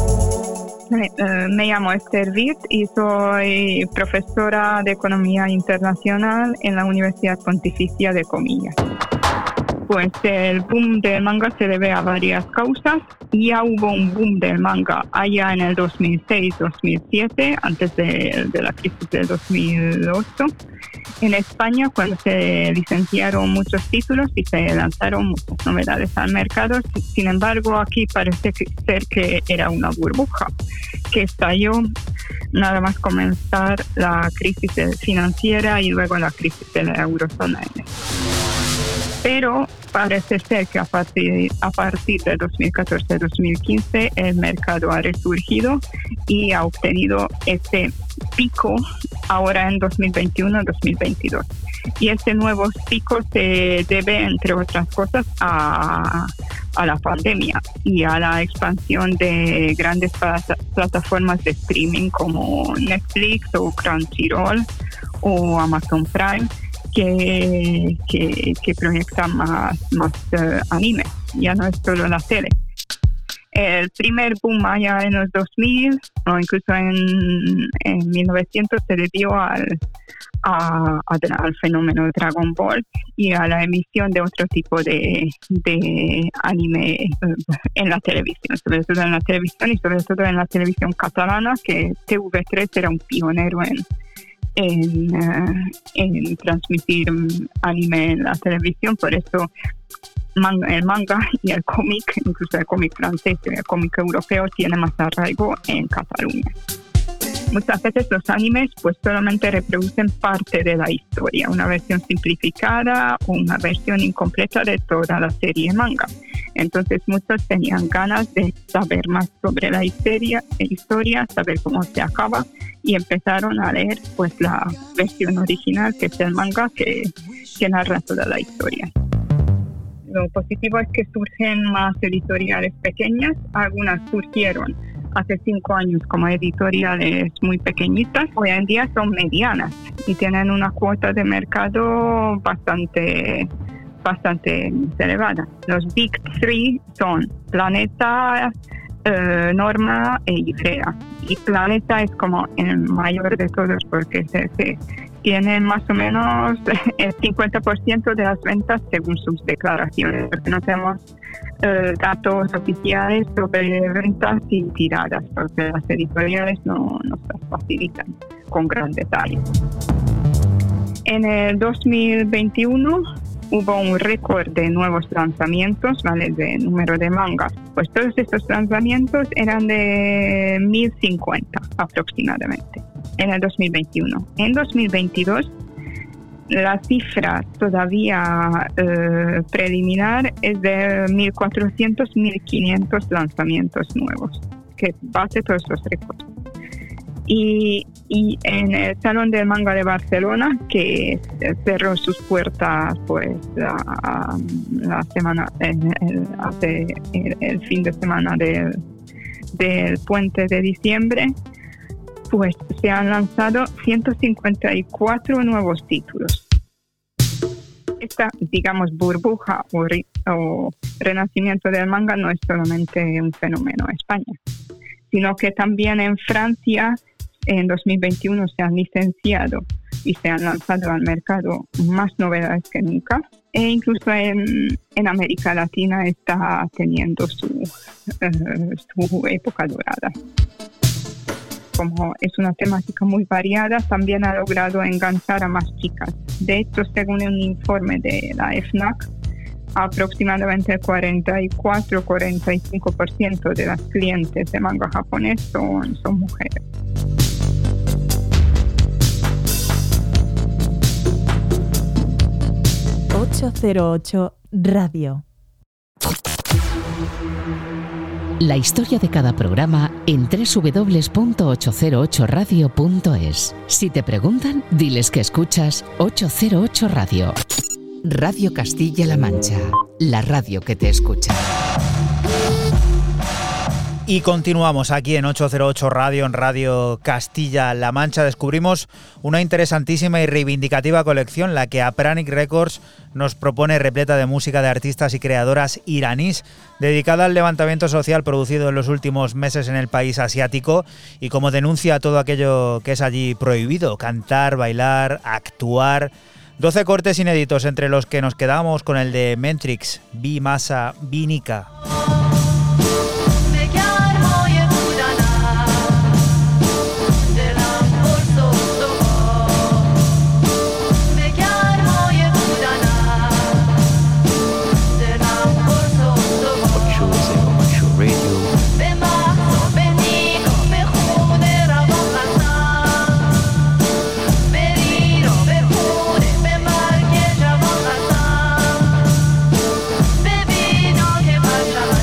Me llamo Esther Wirth y soy profesora de Economía Internacional en la Universidad Pontificia de Comillas. Pues el boom del manga se debe a varias causas. Ya hubo un boom del manga allá en el 2006-2007, antes de la crisis del 2008. En España, cuando se licenciaron muchos títulos y se lanzaron muchas novedades al mercado. Sin embargo, aquí parece ser que era una burbuja que estalló nada más comenzar la crisis financiera y luego la crisis de la eurozona. Pero parece ser que a partir de 2014-2015 el mercado ha resurgido y ha obtenido este pico ahora en 2021-2022. Y este nuevo pico se debe, entre otras cosas, a la pandemia y a la expansión de grandes plataformas de streaming como Netflix o Crunchyroll o Amazon Prime, que proyectan más anime. Ya no es solo la tele. el primer boom allá en los 2000 o incluso en 1900 se debió al fenómeno Dragon Ball y a la emisión de otro tipo de anime en la televisión, sobre todo en la televisión y sobre todo en la televisión catalana, que TV3 era un pionero en transmitir anime en la televisión. Por eso el manga y el cómic, incluso el cómic francés y el cómic europeo, tienen más arraigo en Cataluña. Muchas veces los animes pues solamente reproducen parte de la historia, una versión simplificada o una versión incompleta de toda la serie manga. Entonces muchos tenían ganas de saber más sobre la historia, saber cómo se acaba, y empezaron a leer pues la versión original, que es el manga que narra toda la historia. Lo positivo es que surgen más editoriales pequeñas. Algunas surgieron hace 5 años como editoriales muy pequeñitas. Hoy en día son medianas y tienen una cuota de mercado bastante elevada. Los Big Three son Planeta, Norma e Ifrea. Y Planeta es como el mayor de todos porque se tienen más o menos el 50% de las ventas según sus declaraciones, porque no tenemos datos oficiales sobre ventas y tiradas, porque las editoriales no nos las facilitan con gran detalle. En el 2021 hubo un récord de nuevos lanzamientos, ¿vale?, de número de mangas. Pues todos estos lanzamientos eran de 1050 aproximadamente en el 2021. En 2022 la cifra todavía preliminar es de 1.400-1.500 lanzamientos nuevos, que bate todos los récords. Y en el Salón del Manga de Barcelona, que cerró sus puertas pues la semana hace el fin de semana del puente de diciembre, pues se han lanzado 154 nuevos títulos. Esta, digamos, burbuja o renacimiento del manga no es solamente un fenómeno en España, sino que también en Francia en 2021 se han licenciado y se han lanzado al mercado más novedades que nunca, e incluso en América Latina está teniendo su época dorada. Como es una temática muy variada, también ha logrado enganchar a más chicas. De hecho, según un informe de la FNAC, aproximadamente el 44-45% de las clientes de manga japonés son mujeres. ...808 Radio. La historia de cada programa en www.808radio.es. Si te preguntan, diles que escuchas 808 Radio. Radio Castilla-La Mancha, la radio que te escucha. Y continuamos aquí en 808 Radio, en Radio Castilla-La Mancha. Descubrimos una interesantísima y reivindicativa colección, la que Apranic Records nos propone, repleta de música de artistas y creadoras iraníes, dedicada al levantamiento social producido en los últimos meses en el país asiático, y como denuncia todo aquello que es allí prohibido: cantar, bailar, actuar. 12 cortes inéditos, entre los que nos quedamos con el de Mentrix, Bi Masa Binika. Baby, no que pasa.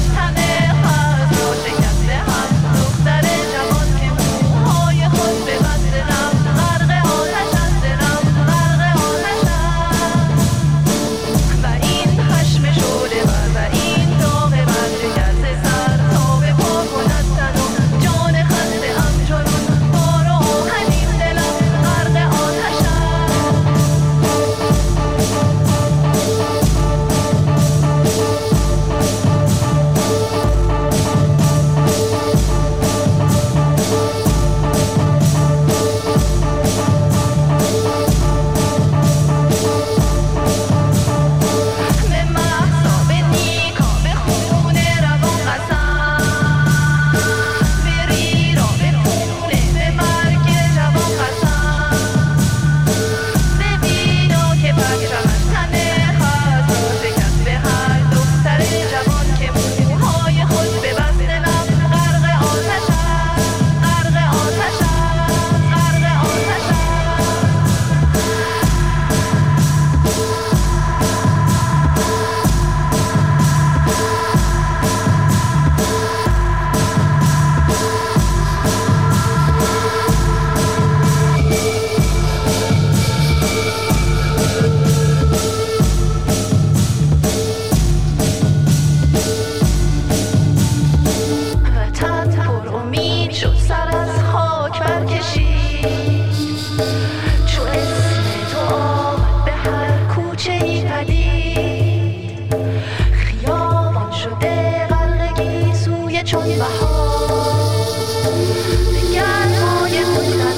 جدید خیابان شده غرقگی سوی چون بهار به گرمای بودنت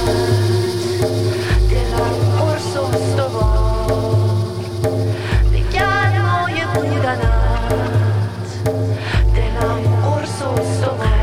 دلم قرص و استوار به گرمای بودنت دلم قرص و استوار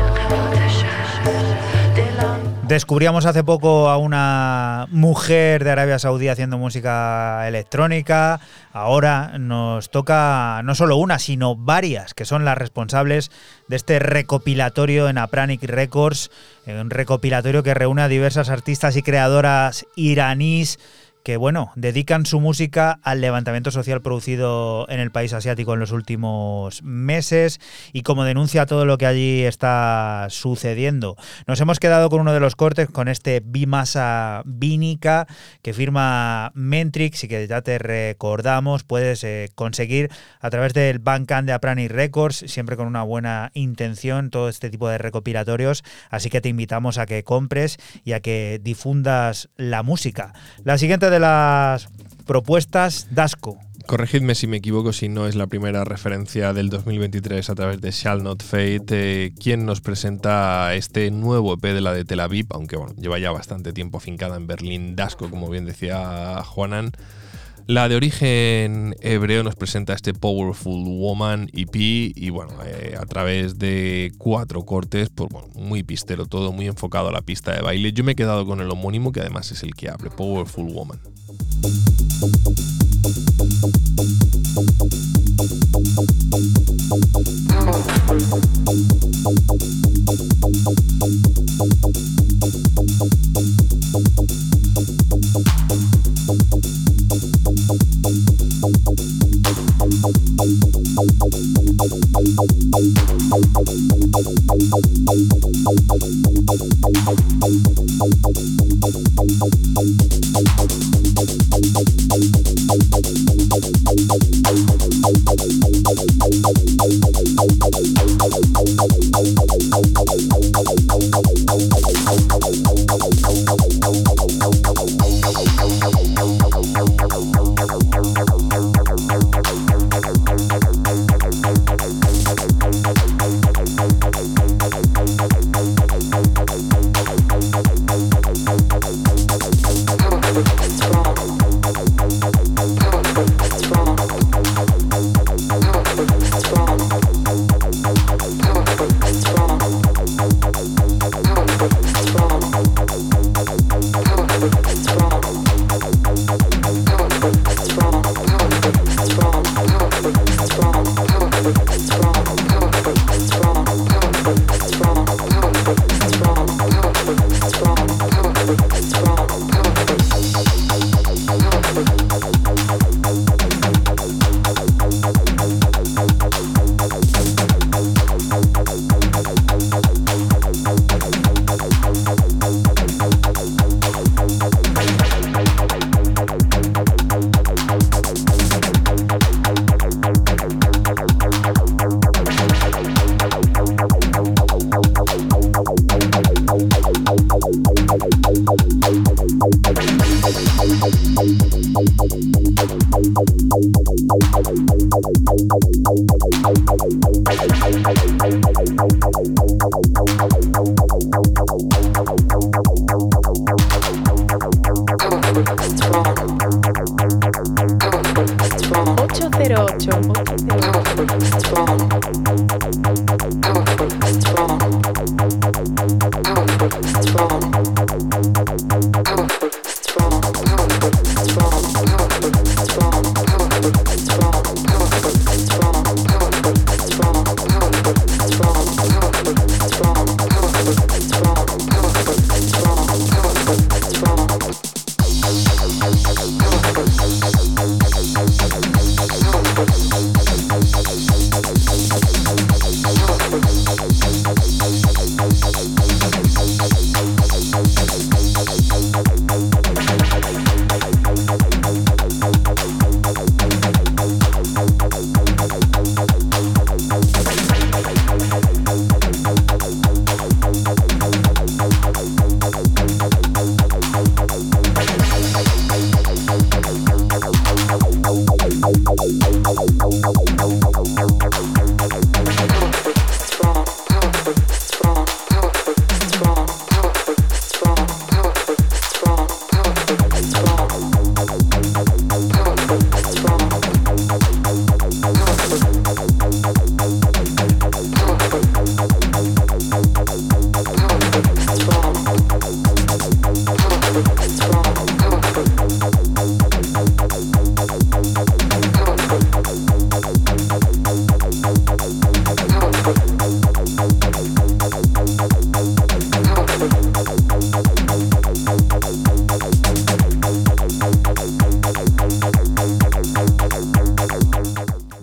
Descubríamos hace poco a una mujer de Arabia Saudí haciendo música electrónica. Ahora nos toca no solo una, sino varias, que son las responsables de este recopilatorio en Apranic Records, un recopilatorio que reúne a diversas artistas y creadoras iraníes que, bueno, dedican su música al levantamiento social producido en el país asiático en los últimos meses y como denuncia todo lo que allí está sucediendo. Nos hemos quedado con uno de los cortes, con este Bimasa Bínica, que firma Mentrix y que ya te recordamos, puedes conseguir a través del Bandcamp de Apranic Records, siempre con una buena intención, todo este tipo de recopilatorios, así que te invitamos a que compres y a que difundas la música. La siguiente de las propuestas, Dasco. Corregidme si me equivoco, si no es la primera referencia del 2023 a través de Shall Not Fade, quien nos presenta este nuevo EP de la de Tel Aviv, aunque bueno, lleva ya bastante tiempo afincada en Berlín, Dasco, como bien decía Juanan. La de origen hebreo nos presenta este Powerful Woman EP y bueno, a través de 4 cortes, pues bueno, muy pistero todo, muy enfocado a la pista de baile. Yo me he quedado con el homónimo, que además es el que abre, Powerful Woman.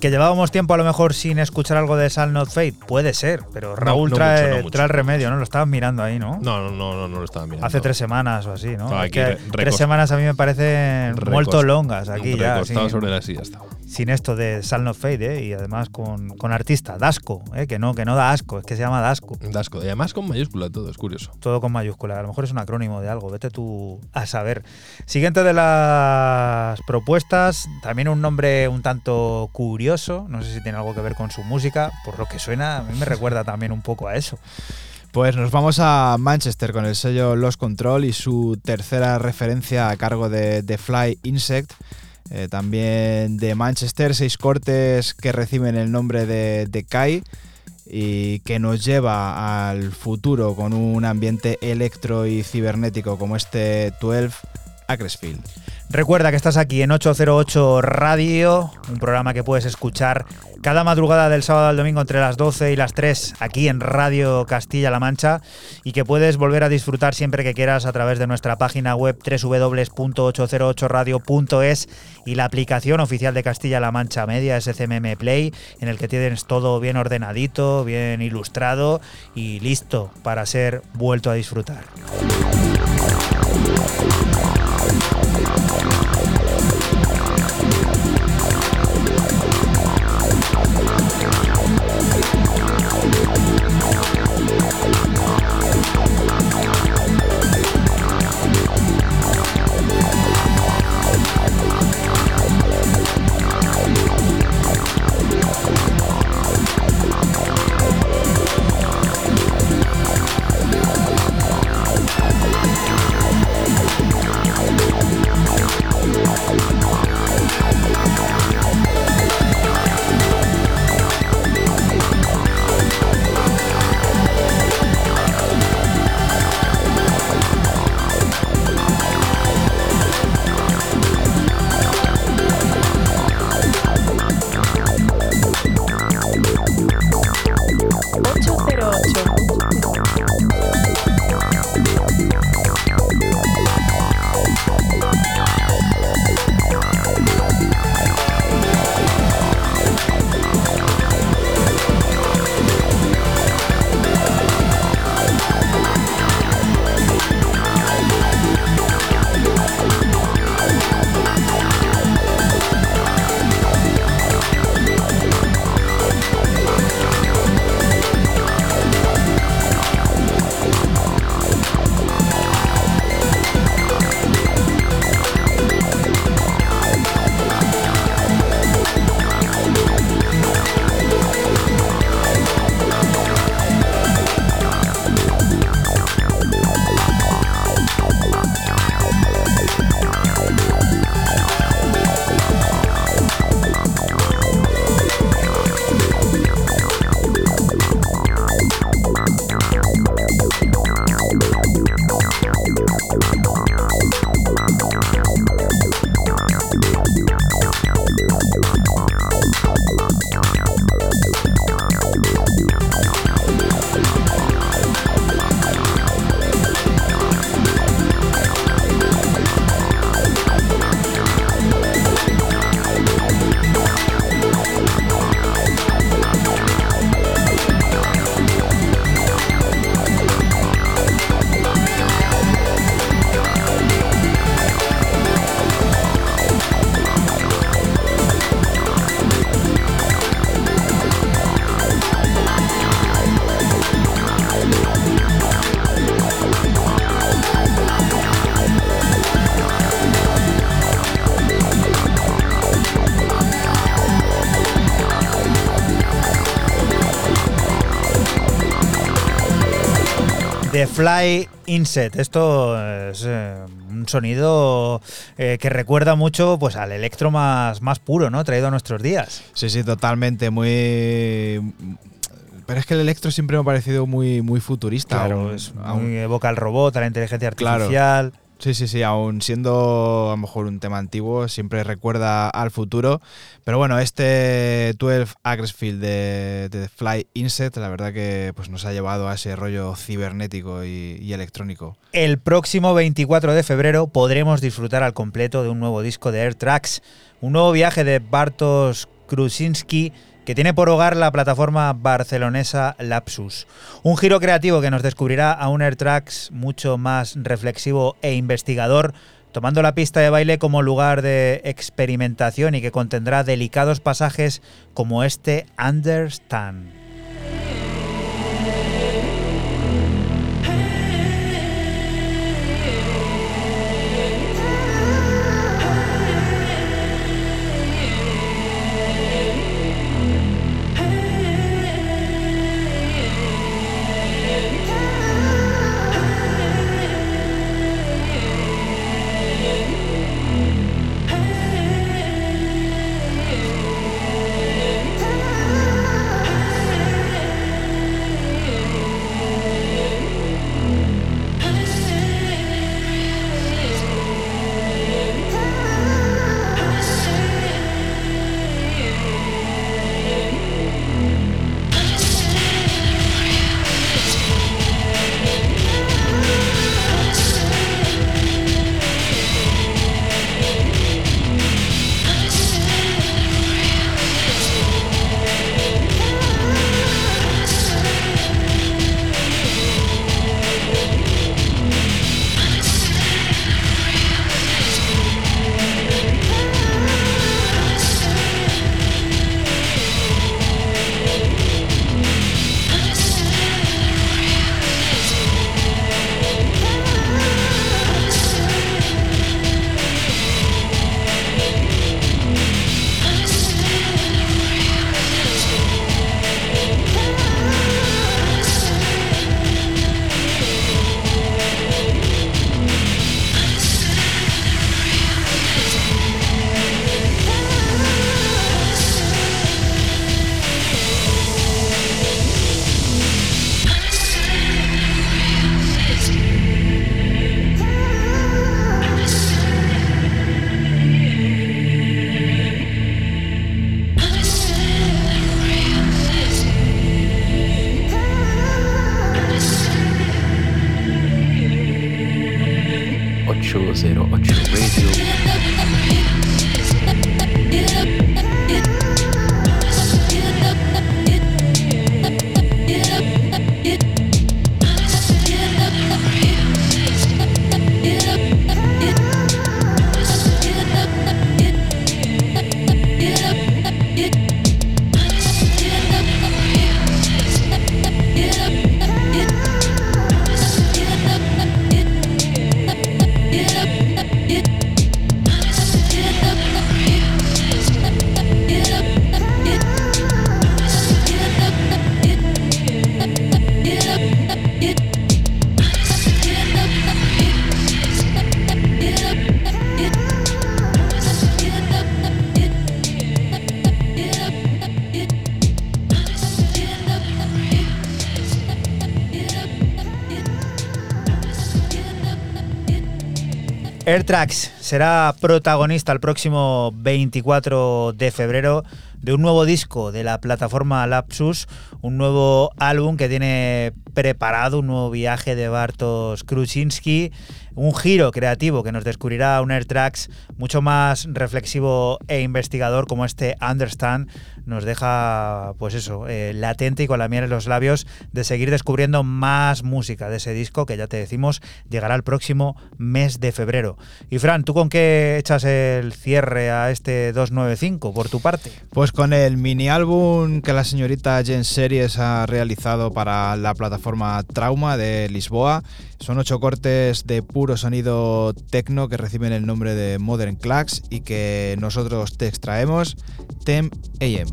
Que llevábamos tiempo a lo mejor sin escuchar algo de Shall Not Fade, puede ser, pero Raúl no trae, mucho, no mucho. trae el remedio, ¿no? Lo estabas mirando ahí, ¿no? No lo estaba mirando. Hace 3 semanas o así, ¿no? Estaba Es que aquí 3 semanas a mí me parecen molto longas aquí ya. Recostado sin- sobre la silla estaba. Sin esto de Shall Not Fade, y además con artista, Dasco, que no da asco, es que se llama Dasco. Dasco. Y además con mayúscula todo, es curioso. Todo con mayúscula, a lo mejor es un acrónimo de algo, vete tú a saber. Siguiente de las propuestas, también un nombre un tanto curioso, no sé si tiene algo que ver con su música, por lo que suena, a mí me recuerda también un poco a eso. Pues nos vamos a Manchester con el sello Lost Control y su tercera referencia a cargo de The Fly Insect. También de Manchester, 6 cortes que reciben el nombre de Kai y que nos lleva al futuro con un ambiente electro y cibernético como este 12 Acresfield. Recuerda que estás aquí en 808 Radio, un programa que puedes escuchar cada madrugada del sábado al domingo entre las 12 y las 3 aquí en Radio Castilla-La Mancha y que puedes volver a disfrutar siempre que quieras a través de nuestra página web www.808radio.es y la aplicación oficial de Castilla-La Mancha Media, SCMM Play, en el que tienes todo bien ordenadito, bien ilustrado y listo para ser vuelto a disfrutar. The Fly Insect. Esto es un sonido que recuerda mucho pues al electro más puro, ¿no? Traído a nuestros días. Sí, totalmente, muy... Pero es que el electro siempre me ha parecido muy futurista. Claro, evoca al robot, a la inteligencia artificial. Claro. Sí, aún siendo a lo mejor un tema antiguo, siempre recuerda al futuro. Pero bueno, este 12 Acresfield de Fly Insect, la verdad que pues nos ha llevado a ese rollo cibernético y electrónico. El próximo 24 de febrero podremos disfrutar al completo de un nuevo disco de Air Tracks, un nuevo viaje de Bartosz Kruczynski, que tiene por hogar la plataforma barcelonesa Lapsus. Un giro creativo que nos descubrirá a un Airtracks mucho más reflexivo e investigador, tomando la pista de baile como lugar de experimentación y que contendrá delicados pasajes como este Understand. Airtracks será protagonista el próximo 24 de febrero de un nuevo disco de la plataforma Lapsus, un nuevo álbum que tiene preparado un nuevo viaje de Bartosz Kruczynski, un giro creativo que nos descubrirá un Airtracks mucho más reflexivo e investigador como este Understand. Nos deja, pues eso, latente y con la miel en los labios de seguir descubriendo más música de ese disco que ya te decimos llegará el próximo mes de febrero. Y Fran, ¿tú con qué echas el cierre a este 295 por tu parte? Pues con el mini álbum que la señorita Jen Series ha realizado para la plataforma Trauma de Lisboa. Son 8 cortes de puro sonido techno que reciben el nombre de Modern Clacks y que nosotros te extraemos 10 AM.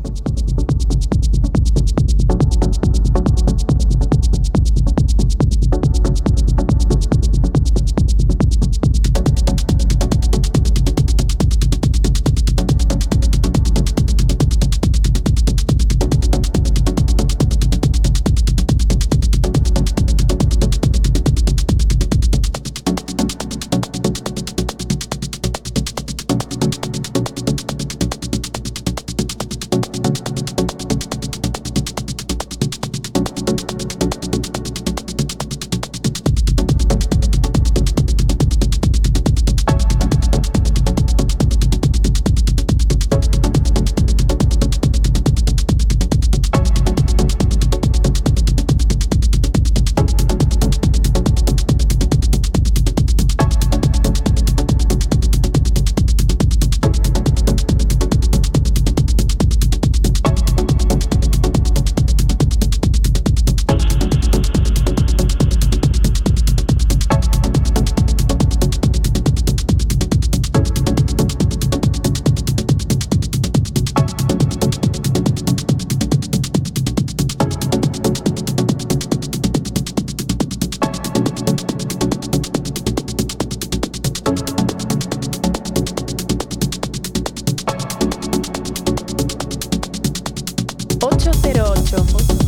808.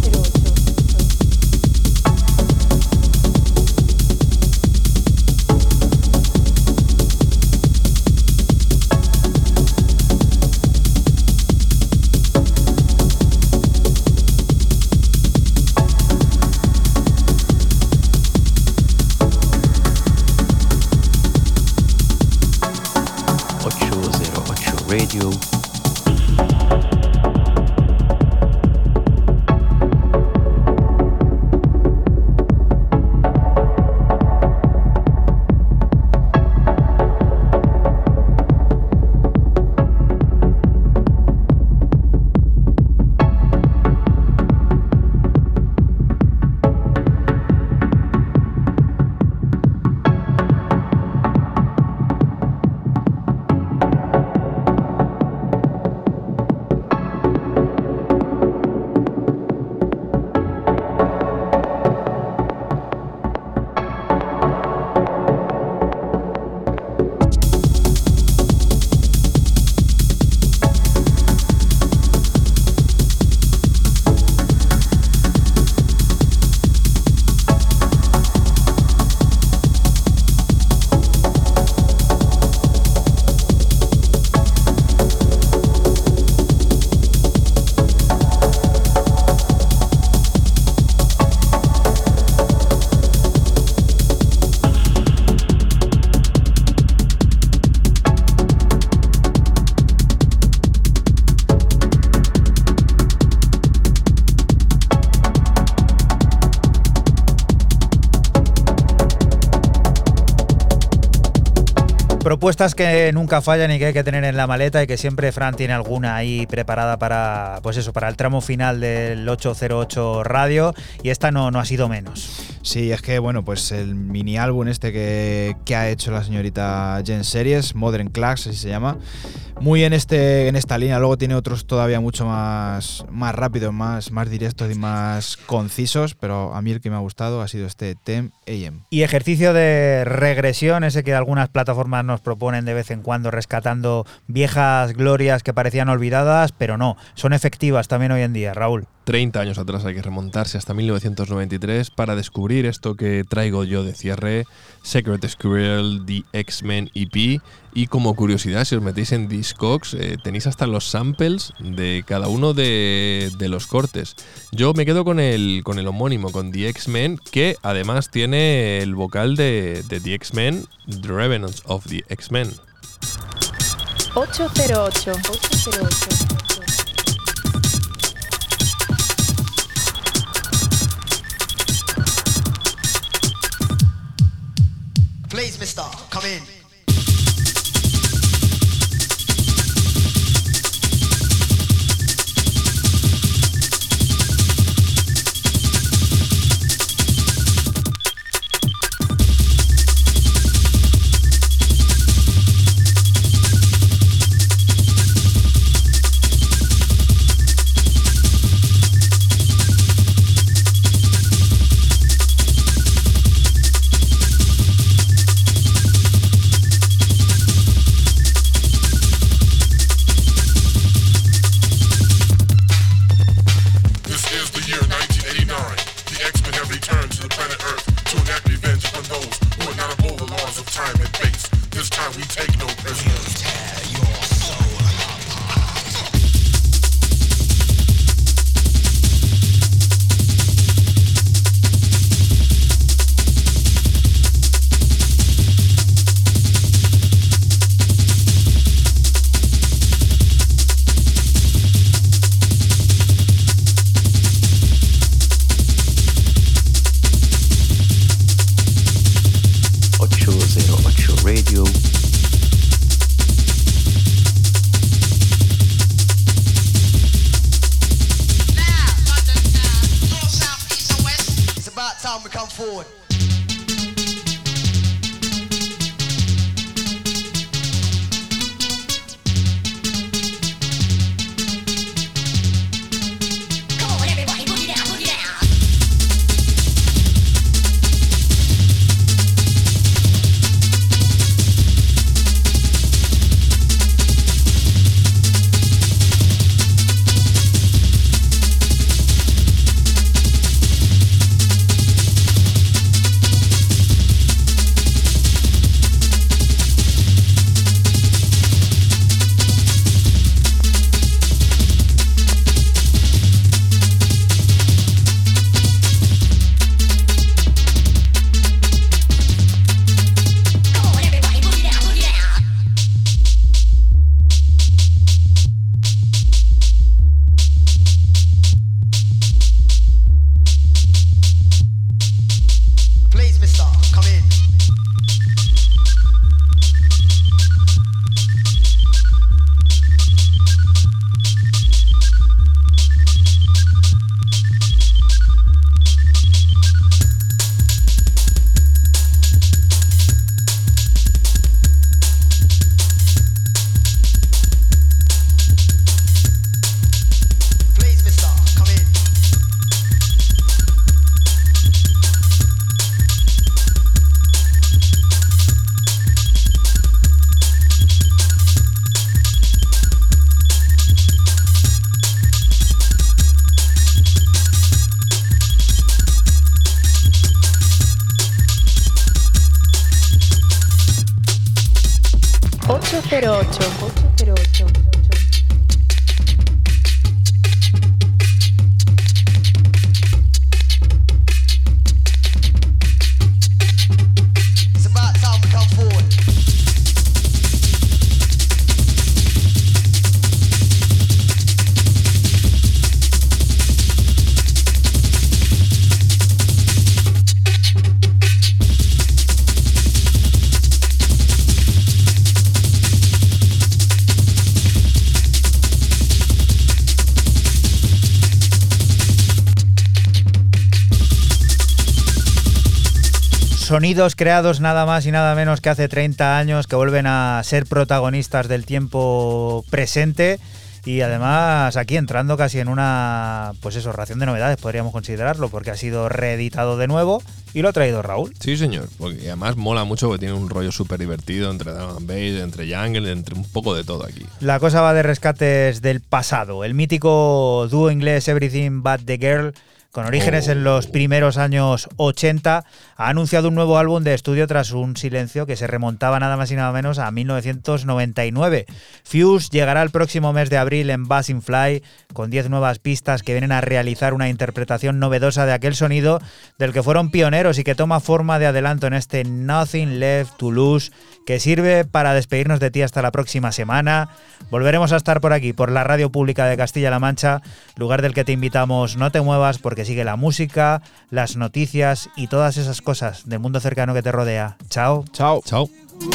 Radio. Propuestas que nunca fallan y que hay que tener en la maleta y que siempre Fran tiene alguna ahí preparada para, pues eso, para el tramo final del 808 Radio, y esta no ha sido menos. Sí, es que bueno, pues el mini álbum este que ha hecho la señorita Jen Series, Modern Class, así se llama, muy en esta línea. Luego tiene otros todavía mucho más rápidos, más directos y más concisos, pero a mí el que me ha gustado ha sido este 10 AM. Y ejercicio de regresión, ese que algunas plataformas nos proponen de vez en cuando, rescatando viejas glorias que parecían olvidadas, pero no, son efectivas también hoy en día, Raúl. 30 años atrás hay que remontarse hasta 1993 para descubrir esto que traigo yo de cierre, Secret Squirrel, The X-Men EP. Y como curiosidad, si os metéis en Discogs, tenéis hasta los samples de cada uno de los cortes. Yo me quedo con el homónimo, con The X-Men, que además tiene el vocal de The X-Men, The Revenants of the X-Men. 808. Please, mister, come in. sonidos creados nada más y nada menos que hace 30 años que vuelven a ser protagonistas del tiempo presente y además aquí entrando casi en una, pues eso, ración de novedades podríamos considerarlo porque ha sido reeditado de nuevo y lo ha traído Raúl. Sí, señor, porque además mola mucho porque tiene un rollo súper divertido entre drum and bass, entre jungle, entre un poco de todo aquí. La cosa va de rescates del pasado. El mítico dúo inglés Everything But The Girl, con orígenes en los primeros años 80, ha anunciado un nuevo álbum de estudio tras un silencio que se remontaba nada más y nada menos a 1999. Fuse llegará el próximo mes de abril en Buzzing Fly con 10 nuevas pistas que vienen a realizar una interpretación novedosa de aquel sonido del que fueron pioneros y que toma forma de adelanto en este Nothing Left to Lose, que sirve para despedirnos de ti hasta la próxima semana. Volveremos a estar por aquí, por la Radio Pública de Castilla-La Mancha, lugar del que te invitamos, no te muevas porque sigue la música, las noticias y todas esas cosas del mundo cercano que te rodea. Chao. Chao. Chao.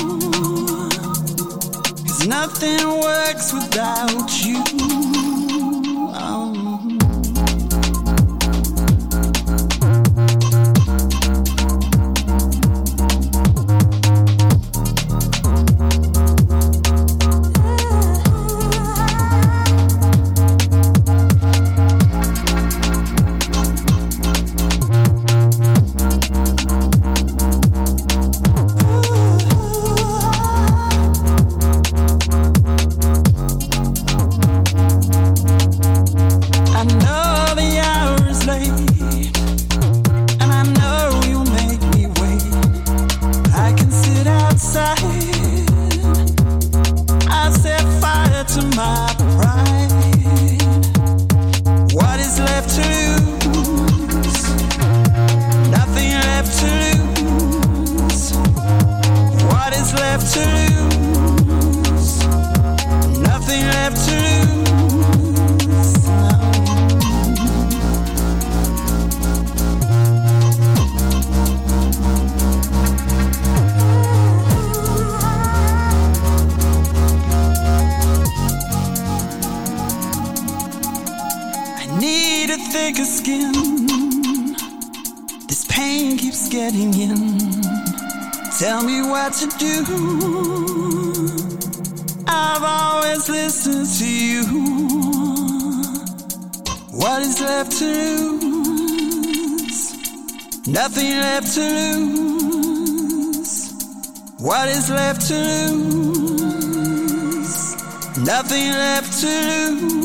Nothing works without you. thicker skin. This pain keeps getting in. Tell me what to do. I've always listened to you. What is left to lose? Nothing left to lose. What is left to lose? Nothing left to lose.